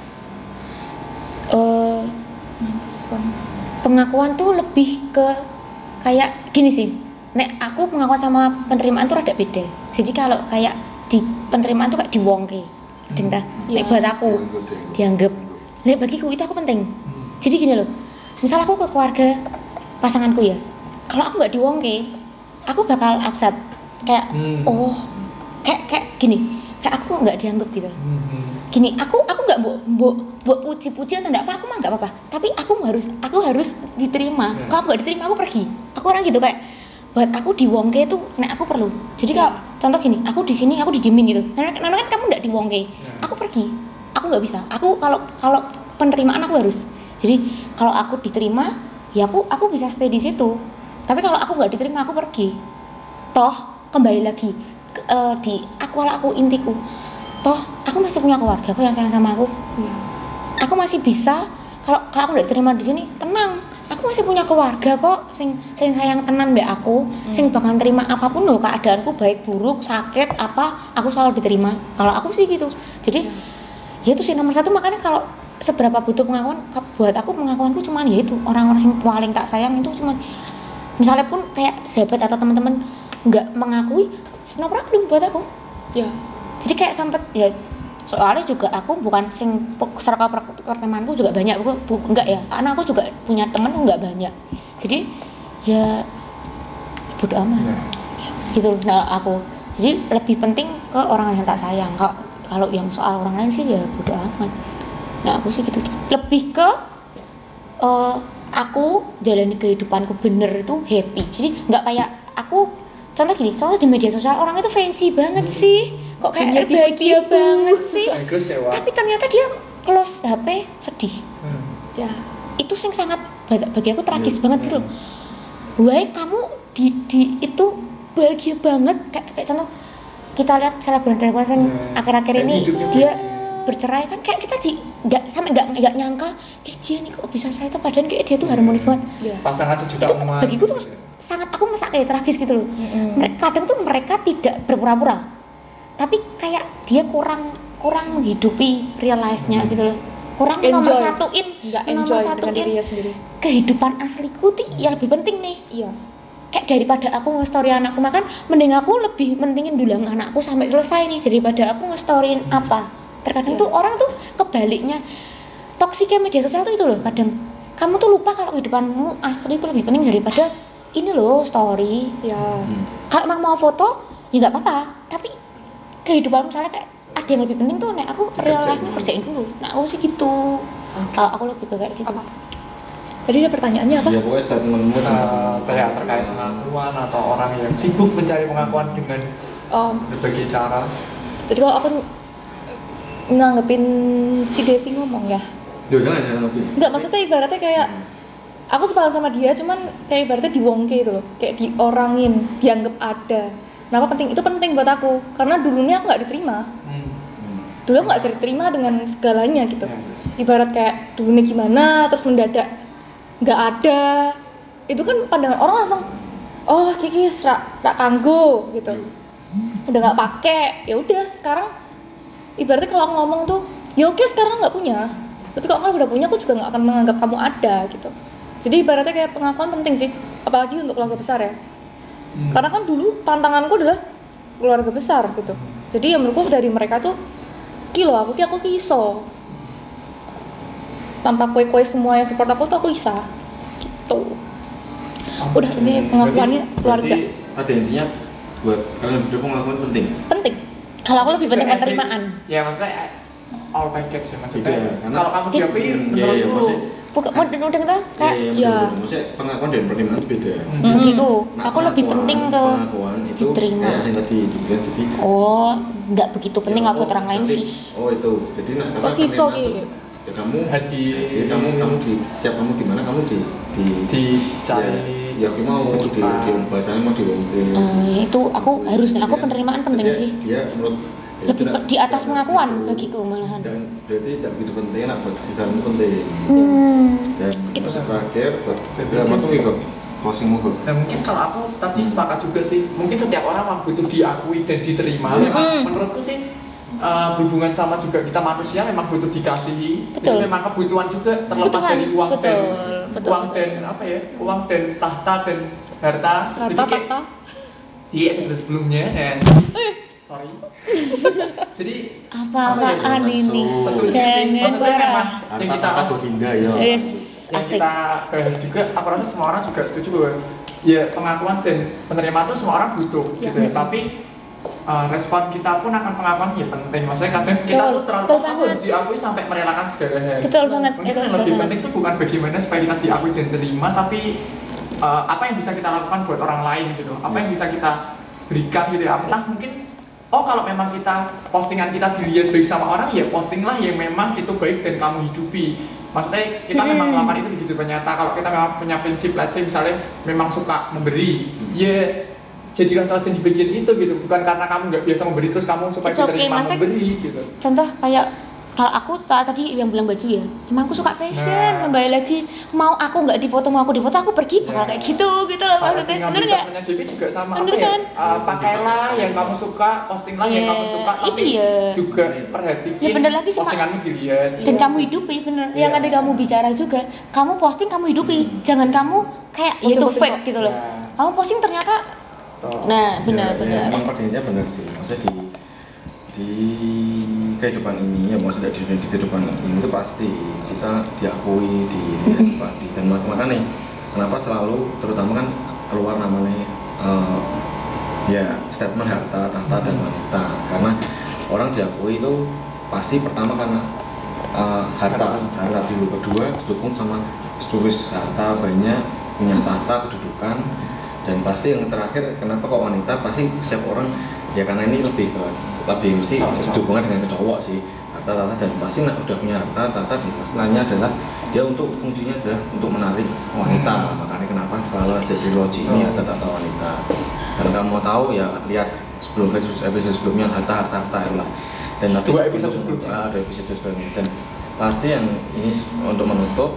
uh, pengakuan tuh lebih ke kayak gini sih. Nek aku pengakuan sama penerimaan tuh rada beda. Jadi kalau kayak di penerimaan tuh kayak diwongke. Deng ta. Nek buat aku dianggap. Nek bagiku itu aku penting. Jadi gini loh. Misal aku ke keluarga pasanganku ya. Kalau aku enggak diwongke, aku bakal upset. Kayak hmm. oh kayak kayak gini, kayak aku nggak dianggap gitu. Mm-hmm. Gini, aku aku nggak buat buat buat puji-puji atau enggak apa, aku mah nggak apa-apa. Tapi aku harus aku harus diterima. Yeah. Kalau aku nggak diterima, aku pergi. Aku orang gitu kayak buat aku diwongke itu, nek aku perlu. Jadi kalau contoh gini, aku di sini aku didiemin gitu. Nah, kan kamu nggak diwongke, yeah. Aku pergi. Aku nggak bisa. Aku kalau kalau penerimaan aku harus. Jadi kalau aku diterima, ya aku aku bisa stay di situ. Tapi kalau aku nggak diterima, aku pergi. Toh kembali lagi. Uh, di aku kalau aku intiku toh aku masih punya keluarga aku yang sayang sama aku. Hmm. Aku masih bisa kalau kalau aku nggak diterima di sini tenang aku masih punya keluarga kok sing sing sayang tenan mbak aku, hmm. sing bakal terima apapun loh keadaanku baik buruk sakit apa aku selalu diterima. Kalau aku sih gitu. Jadi hmm. ya itu sih nomor satu. Makanya kalau seberapa butuh pengakuan buat aku, pengakuanku cuman ya itu orang-orang sing paling tak sayang itu cuman misalnya pun kayak sahabat atau teman-teman nggak mengakui, no problem buat aku.
Ya.
Jadi kayak sempet ya. Soalnya juga aku bukan sing circle pertemananku juga banyak, bu, bu, enggak ya, karena aku juga punya temen enggak banyak, jadi ya bodo amat ya. Gitu nah aku, jadi lebih penting ke orang yang tak sayang. Kalau kalau yang soal orang lain sih ya bodo amat. Nah aku sih gitu, lebih ke uh, aku jalani kehidupanku bener itu happy, jadi nggak kayak aku contoh gini, contoh di media sosial orang itu fancy banget hmm. sih, kok kayak bahagia banget sih, tapi ternyata dia close H P sedih. Hmm. Ya, itu sing sangat bagi aku tragis hmm. banget gitu loh. Why kamu di di itu bahagia banget kayak kayak contoh kita lihat selebgram-selebgram yang hmm. akhir-akhir ini dia bercerai kan, kayak kita di nggak sampai nggak nggak nyangka eh dia nih kok bisa saya tuh padahal kayak dia tuh harmonis banget.
Yeah. Pasangan sejuta
itu
emas.
Bagiku tuh sangat aku merasa kayak tragis gitu loh. Mm-hmm. Mereka kadang tuh mereka tidak berpura-pura, tapi kayak dia kurang kurang menghidupi real life-nya mm-hmm. gitu loh. Kurang enjoy. nomor satuin, nomor satuin kehidupan asliku tuh yang lebih penting nih.
Iya.
Kayak daripada aku nge-story anakku makan, mending aku lebih mentingin dulu anakku sampai selesai nih daripada aku nge-storyin apa. Terkadang yeah. tuh orang tuh kebaliknya, toksiknya media sosial tuh itu loh. Kadang kamu tuh lupa kalau kehidupanmu asli itu lebih penting daripada ini loh story.
Ya.
Hmm.
Kalau emang mau foto ya nggak apa-apa, tapi kehidupan misalnya kayak ada yang lebih penting tuh, nek aku real life kerjain dulu. Nah aku sih gitu. Okay. Kalau aku lebih ke kayak gitu. Apa?
Tadi ada pertanyaannya apa?
Ya pokoknya statementmu
uh, terkait terkait pengakuan atau orang yang sibuk mencari pengakuan dengan um, berbagai cara.
Jadi kalau aku nanggepin si Devi ngomong ya.
Duh, jangan jangan nanggepin.
Enggak, maksudnya ibaratnya kayak aku sepakat sama dia, cuman kayak ibaratnya diwongke itu loh, kayak diorangin, dianggap ada. Kenapa penting? Itu penting buat aku, karena dulunya aku nggak diterima. Hmm. Dulu aku nggak diterima dengan segalanya gitu. Ibarat kayak dulunya gimana, terus mendadak nggak ada. Itu kan pandangan orang langsung, oh Kiki rak rak kanggo gitu. Udah nggak pakai, ya udah sekarang. Ibaratnya kalau aku ngomong tuh, ya oke sekarang nggak punya, tapi kalau kamu udah punya, aku juga nggak akan menganggap kamu ada gitu. Jadi ibaratnya kayak pengakuan penting sih, apalagi untuk keluarga besar ya. Hmm. Karena kan dulu pantanganku adalah keluarga besar gitu. Jadi ya menurutku dari mereka tuh, kilo aku ki aku ki iso. Tanpa kue-kue semua yang support aku tuh aku bisa. Gitu. Udah ini pengakuannya berarti, keluarga.
Berarti ada intinya buat kalian berdua pengakuan penting.
Penting.
Kalau aku lebih penting penerimaan.
Ya maksudnya all package ya maksudnya.
Ya,
kalau kamu diakui menurutku
bukan mau udah kita kayak
ya. Maksudnya pengakuan dan penerimaan itu beda.
Hmm. Begitu. Nah, aku lebih penting ke diterima.
Kayak yang tadi dibilang jadi.
Oh, enggak begitu penting
ya,
apa buat orang lain sih.
Oh itu. Jadi nah
kalau penerimaan
ya kamu
hadir,
ya, kamu kamu di setiap kamu di mana kamu di di
dicari.
Ya, ya mau di di bahasanya mau diomongin.
Uh, itu aku harusnya aku penerimaan penting
dia,
sih.
Dia menurut
ya, lebih tidak, di atas pengakuan bagiku malahan.
Dan berarti tidak begitu penting, nak buat kamu penting.
Hmm.
Dan itu terakhir buat berapa tuh ikut closing move.
Nah mungkin kalau aku tadi sepakat juga sih, mungkin setiap orang memang butuh diakui dan diterima. Memang hmm. menurutku sih. Uh, berhubungan sama juga kita manusia memang butuh dikasihi. Betul. Itu memang kebutuhan juga terlepas
kebutuhan.
dari uang
betul.
dan
betul.
uang dan apa ya uang dan tahta dan harta.
Harta tahta.
Di episode sebelumnya ya. Sorry. Jadi
apa-apaan
apa
ya, ini?
Setuju sih. Maksudnya memang yang kita
pindah ya.
Yes,
yang
asik.
kita bahas juga, aku rasa semua orang juga setuju bahwa ya pengakuan dan penerimaan itu semua orang butuh ya, gitu ya. Tapi Uh, respon kita pun akan pengakuan ya penting. Maksudnya kadang kita tuh terlalu oh, harus diakui sampai merelakan segala hal.
Betul banget.
Mungkin
betul,
yang lebih
betul
penting itu bukan bagaimana supaya kita diakui dan terima, tapi uh, apa yang bisa kita lakukan buat orang lain gitu. Apa yang bisa kita berikan gitu ya. Entah mungkin oh kalau memang kita postingan kita dilihat baik sama orang ya postinglah yang memang itu baik dan kamu hidupi. Maksudnya kita hmm. memang melakukan itu di kehidupan nyata. Kalau kita memang punya prinsip, let's say misalnya memang suka memberi, ya jadilah teladan di bagian itu gitu, bukan karena kamu nggak biasa memberi terus kamu supaya
okay,
diterima
Mas,
memberi gitu.
Contoh kayak kalau aku tadi yang bilang baju ya, emang aku suka fashion, nah. kembali lagi mau aku nggak difoto mau aku difoto aku pergi bakal yeah. kayak gitu gitu loh maksudnya, bener nggak?
Menyadari juga sama
bener
apa
kan?
ya? Uh, pakailah yang kamu suka, postinglah yeah. yang kamu suka, tapi
iya.
juga perhatikan
ya, bener lagi
postinganmu dilihat.
Dan yeah. kamu hidupi bener, yeah. yang ada kamu bicara juga, kamu posting kamu hidupi, hmm. jangan kamu kayak oh, itu fake gitu loh. Yeah. Kamu posting ternyata, oh. nah benar ya, benar.
Ya, emang pertanyaannya benar sih, maksudnya di di kehidupan ini ya maksudnya di, di kehidupan ini itu pasti kita diakui di ini pasti dan mak- makanya kenapa selalu terutama kan keluar namanya uh, ya statement harta tahta dan wanita karena orang diakui itu pasti pertama karena uh, harta harta dulu, kedua didukung sama tulis harta banyak, punya tahta, kedudukan, dan pasti yang terakhir kenapa kok wanita pasti setiap orang ya karena ini lebih ke lebih mesti hubungan dengan ke cowok sih harta-harta dan pasti nak udah punya harta-harta dan pastinya adalah dia untuk fungsinya adalah untuk menarik wanita hmm. makanya kenapa selalu ada trilogi ini harta-harta wanita dan kamu mau tahu ya lihat sebelum episode sebelumnya harta-harta lah dan nanti
dua episode sebelumnya
ada episode sebelumnya dan pasti yang ini untuk menutup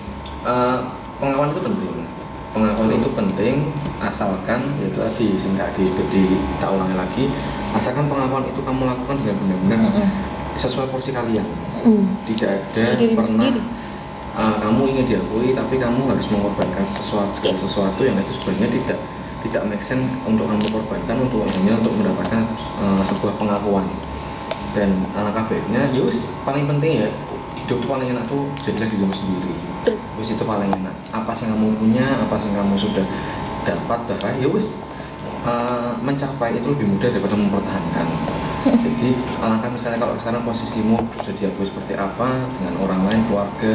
uh, pengakuan itu penting pengakuan itu penting asalkan yaitu tadi sehingga di, di tak ulangi lagi asalkan pengakuan itu kamu lakukan dengan benar-benar mm-hmm. sesuai porsi kalian mm. tidak ada pernah uh, kamu ingin diakui tapi kamu harus mengorbankan sesuatu segala sesuatu yang itu sebenarnya tidak tidak make sense untuk kamu korbankan untuk hanya untuk mendapatkan uh, sebuah pengakuan dan alangkah baiknya ya wis paling penting ya hidup itu paling enak tuh jadilah dirimu sendiri wis itu paling enak apa sih kamu punya apa sih kamu sudah dapat darah ya wis uh, mencapai itu lebih mudah daripada mempertahankan jadi alangkah misalnya kalau sekarang posisimu sudah diakui seperti apa dengan orang lain keluarga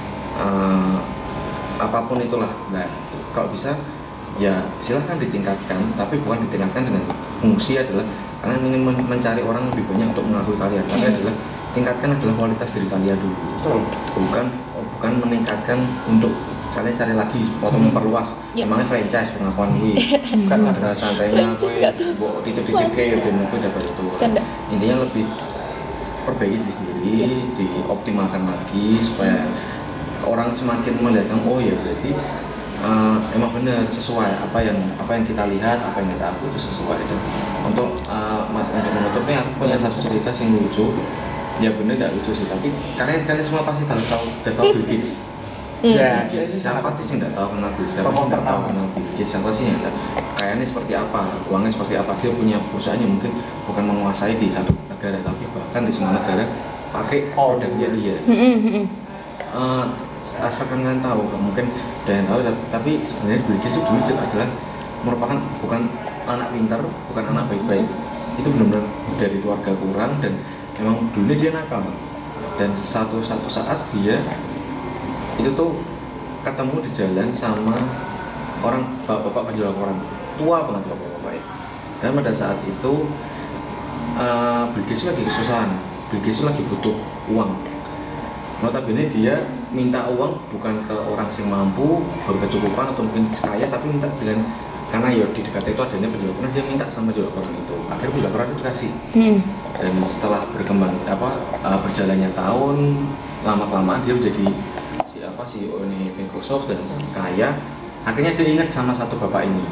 uh, apapun itulah nah kalau bisa ya silahkan ditingkatkan tapi bukan ditingkatkan dengan fungsi adalah karena ingin men- mencari orang lebih banyak untuk mengakui kalian tapi adalah tingkatkan adalah kualitas diri kalian dulu betul bukan bukan meningkatkan untuk kalian cari lagi atau memperluas yep. Emangnya franchise pengakuan gue bukan dengan santainya gue bawa titip-titip ke dan gue dapat itu intinya lebih perbaiki diri sendiri dioptimalkan lagi supaya orang semakin melihat kamu oh ya berarti uh, emang benar sesuai apa yang apa yang kita lihat apa yang kita akui itu sesuai itu untuk uh, mas untuk menutupnya aku punya satu cerita yang lucu ya benar tidak lucu sih tapi kalian kalian semua pasti tahu tahu udah tahu Bill Gates ya Bill Gates siapa sih tidak tahu kenal Bill siapa sih tidak tahu kenal Bill Gates siapa sih yang kayaknya seperti apa uangnya seperti apa dia punya perusahaan yang mungkin bukan menguasai di satu negara tapi bahkan di semua negara pakai produknya dia uh, asalkan kalian tahu mungkin dan tahu tapi sebenarnya Bill Gates itu dulu adalah merupakan bukan anak pintar bukan anak baik-baik itu benar-benar dari keluarga kurang dan emang dulunya dia nakal dan satu satu saat dia itu tuh ketemu di jalan sama orang bapak-bapak penjual koran tua banget bapak-bapak dan pada saat itu uh, Bill Gates lagi kesusahan Bill Gates lagi butuh uang notabene dia minta uang bukan ke orang yang mampu berkecukupan atau mungkin kaya tapi minta dengan karena ya di dekat itu adanya penjual koran dia minta sama penjual koran itu akhirnya penjual koran itu kasih hmm. dan setelah berkembang apa uh, berjalannya tahun lama kelamaan dia menjadi si apa C E O ini Microsoft dan kaya akhirnya dia ingat sama satu bapak ini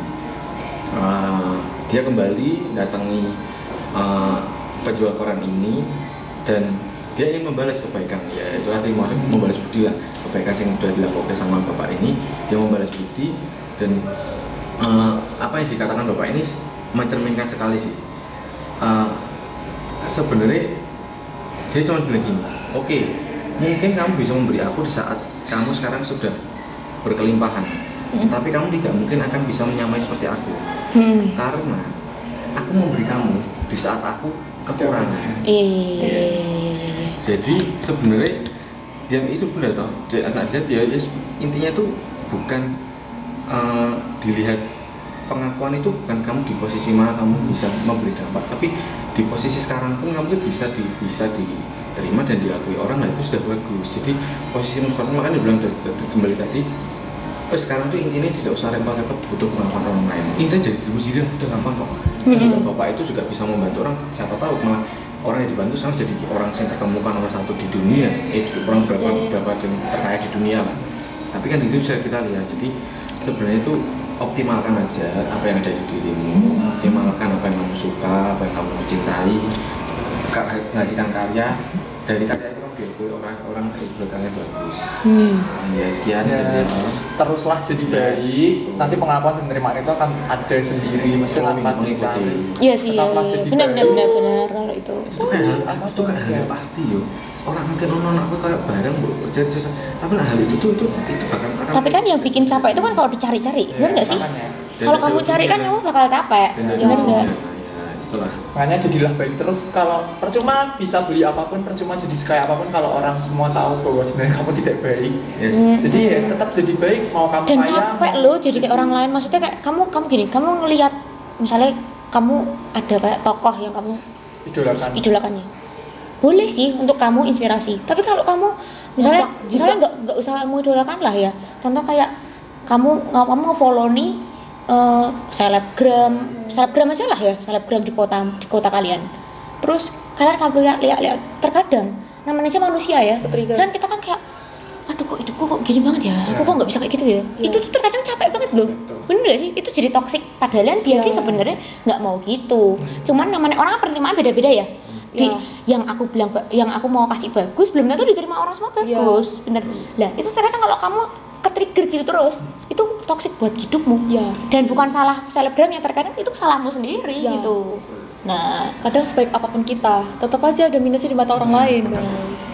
uh, dia kembali datangi uh, penjual koran ini dan dia ingin membalas kebaikan ya itu artinya mau membalas budi lah kebaikan yang sudah dilakukan sama bapak ini dia membalas budi dan Uh, apa yang dikatakan bapak ini mencerminkan sekali sih. Uh, sebenarnya dia cuma bilang gini, oke, okay, mungkin kamu bisa memberi aku di saat kamu sekarang sudah berkelimpahan, hmm. tapi kamu tidak mungkin akan bisa menyamai seperti aku, hmm. karena aku memberi kamu di saat aku kekurangan. Yes. Jadi sebenarnya yang itu benar toh, dia anak dia dia intinya tuh bukan Uh, dilihat pengakuan itu bukan kamu di posisi mana kamu bisa memberi dampak tapi di posisi sekarang pun kamu bisa di, bisa diterima dan diakui orang nah itu sudah bagus jadi posisi seperti makanya dibilang kembali tadi oh, sekarang tuh intinya tidak usah repot-repot butuh pengakuan orang lain intinya jadi dirimu sendiri udah gampang kok mm-hmm. juga bapak itu juga bisa membantu orang siapa tahu malah orang yang dibantu sekarang jadi orang yang terkemuka nomor satu di dunia, eh, orang berapa berapa terkaya di dunia lah. Tapi kan itu bisa kita lihat. Jadi sebenarnya itu optimalkan aja apa yang ada di dirimu, optimalkan apa yang kamu suka, apa yang kamu cintai, menghasilkan karya. Dari karya itu kan diakui orang-orang itu berkarya bagus. Hmm. Ya sekian.
Ya, ya. Teruslah jadi baik. Yes. Nanti pengakuan dan penerimaan itu akan ada sendiri, mesti tanpa mencari.
Iya sih. Tetaplah jadi benar, benar, benar, benar kalau itu.
Itu kan hal itu kan hal pasti yo. Orang mungkin nonton aku kayak bareng bro kerja tapi nah hal itu tuh itu itu bakal akan.
Tapi kan yang bikin capek itu kan kalau dicari-cari, ya, benar nggak sih? Kalau kamu cari kan kamu bakal capek, benar nggak?
Makanya jadilah baik terus. Kalau percuma bisa beli apapun, percuma jadi kayak apapun kalau orang semua tahu bahwa sebenarnya kamu tidak baik. Yes. Jadi ya tetap jadi baik mau kamu
dan
kaya. Dan
capek loh jadi kayak orang lain. Maksudnya kayak kamu kamu gini, kamu ngelihat misalnya kamu ada kayak tokoh yang kamu
idolakan.
idolakannya. Boleh sih untuk kamu inspirasi. Tapi kalau kamu misalnya Entah, misalnya nggak nggak usah kamu idolakan lah ya. Contoh kayak kamu kamu nge-follow nih Uh, selebgram, selebgram aja lah ya, selebgram di kota di kota kalian. Terus kalian kalau lihat lihat lihat terkadang namanya aja manusia ya. Dan kita kan kayak, aduh kok hidupku kok gini banget ya, aku kok nggak bisa kayak gitu ya. ya. Itu tuh terkadang capek banget loh. Bener nggak sih? Itu jadi toksik. Padahal dia ya. sih sebenarnya nggak mau gitu. Cuman namanya orang penerimaan beda-beda ya. Di ya. yang aku bilang, yang aku mau kasih bagus, belum tentu diterima orang semua bagus. Ya. Bener. Lah itu terkadang kalau kamu ke-trigger gitu terus, itu toksik buat hidupmu. Ya. Dan bukan salah selebgramnya, terkadang itu salahmu sendiri ya. gitu. Nah,
kadang sebaik apapun kita, tetap aja ada minusnya di mata orang lain, guys.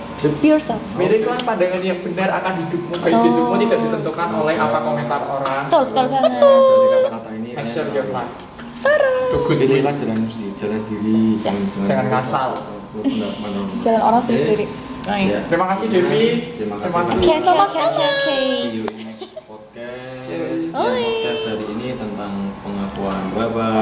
Be yourself.
Milihlah pandangan yang benar akan hidupmu. Guys, oh. hidupmu tidak ditentukan oleh apa komentar orang.
Betul, betul banget.
Dari kata-kata ini,
action your life.
Tuh, inilah jalan sendiri, jalan sendiri.
Yes. Jangan ngasal.
Jalan orang sendiri-sendiri.
Ya. Terima kasih Devi.
Terima kasih.
Terima kasih. Sama-sama.
See you in next podcast. Yes. Yang podcast hari ini tentang pengakuan. Bye bye.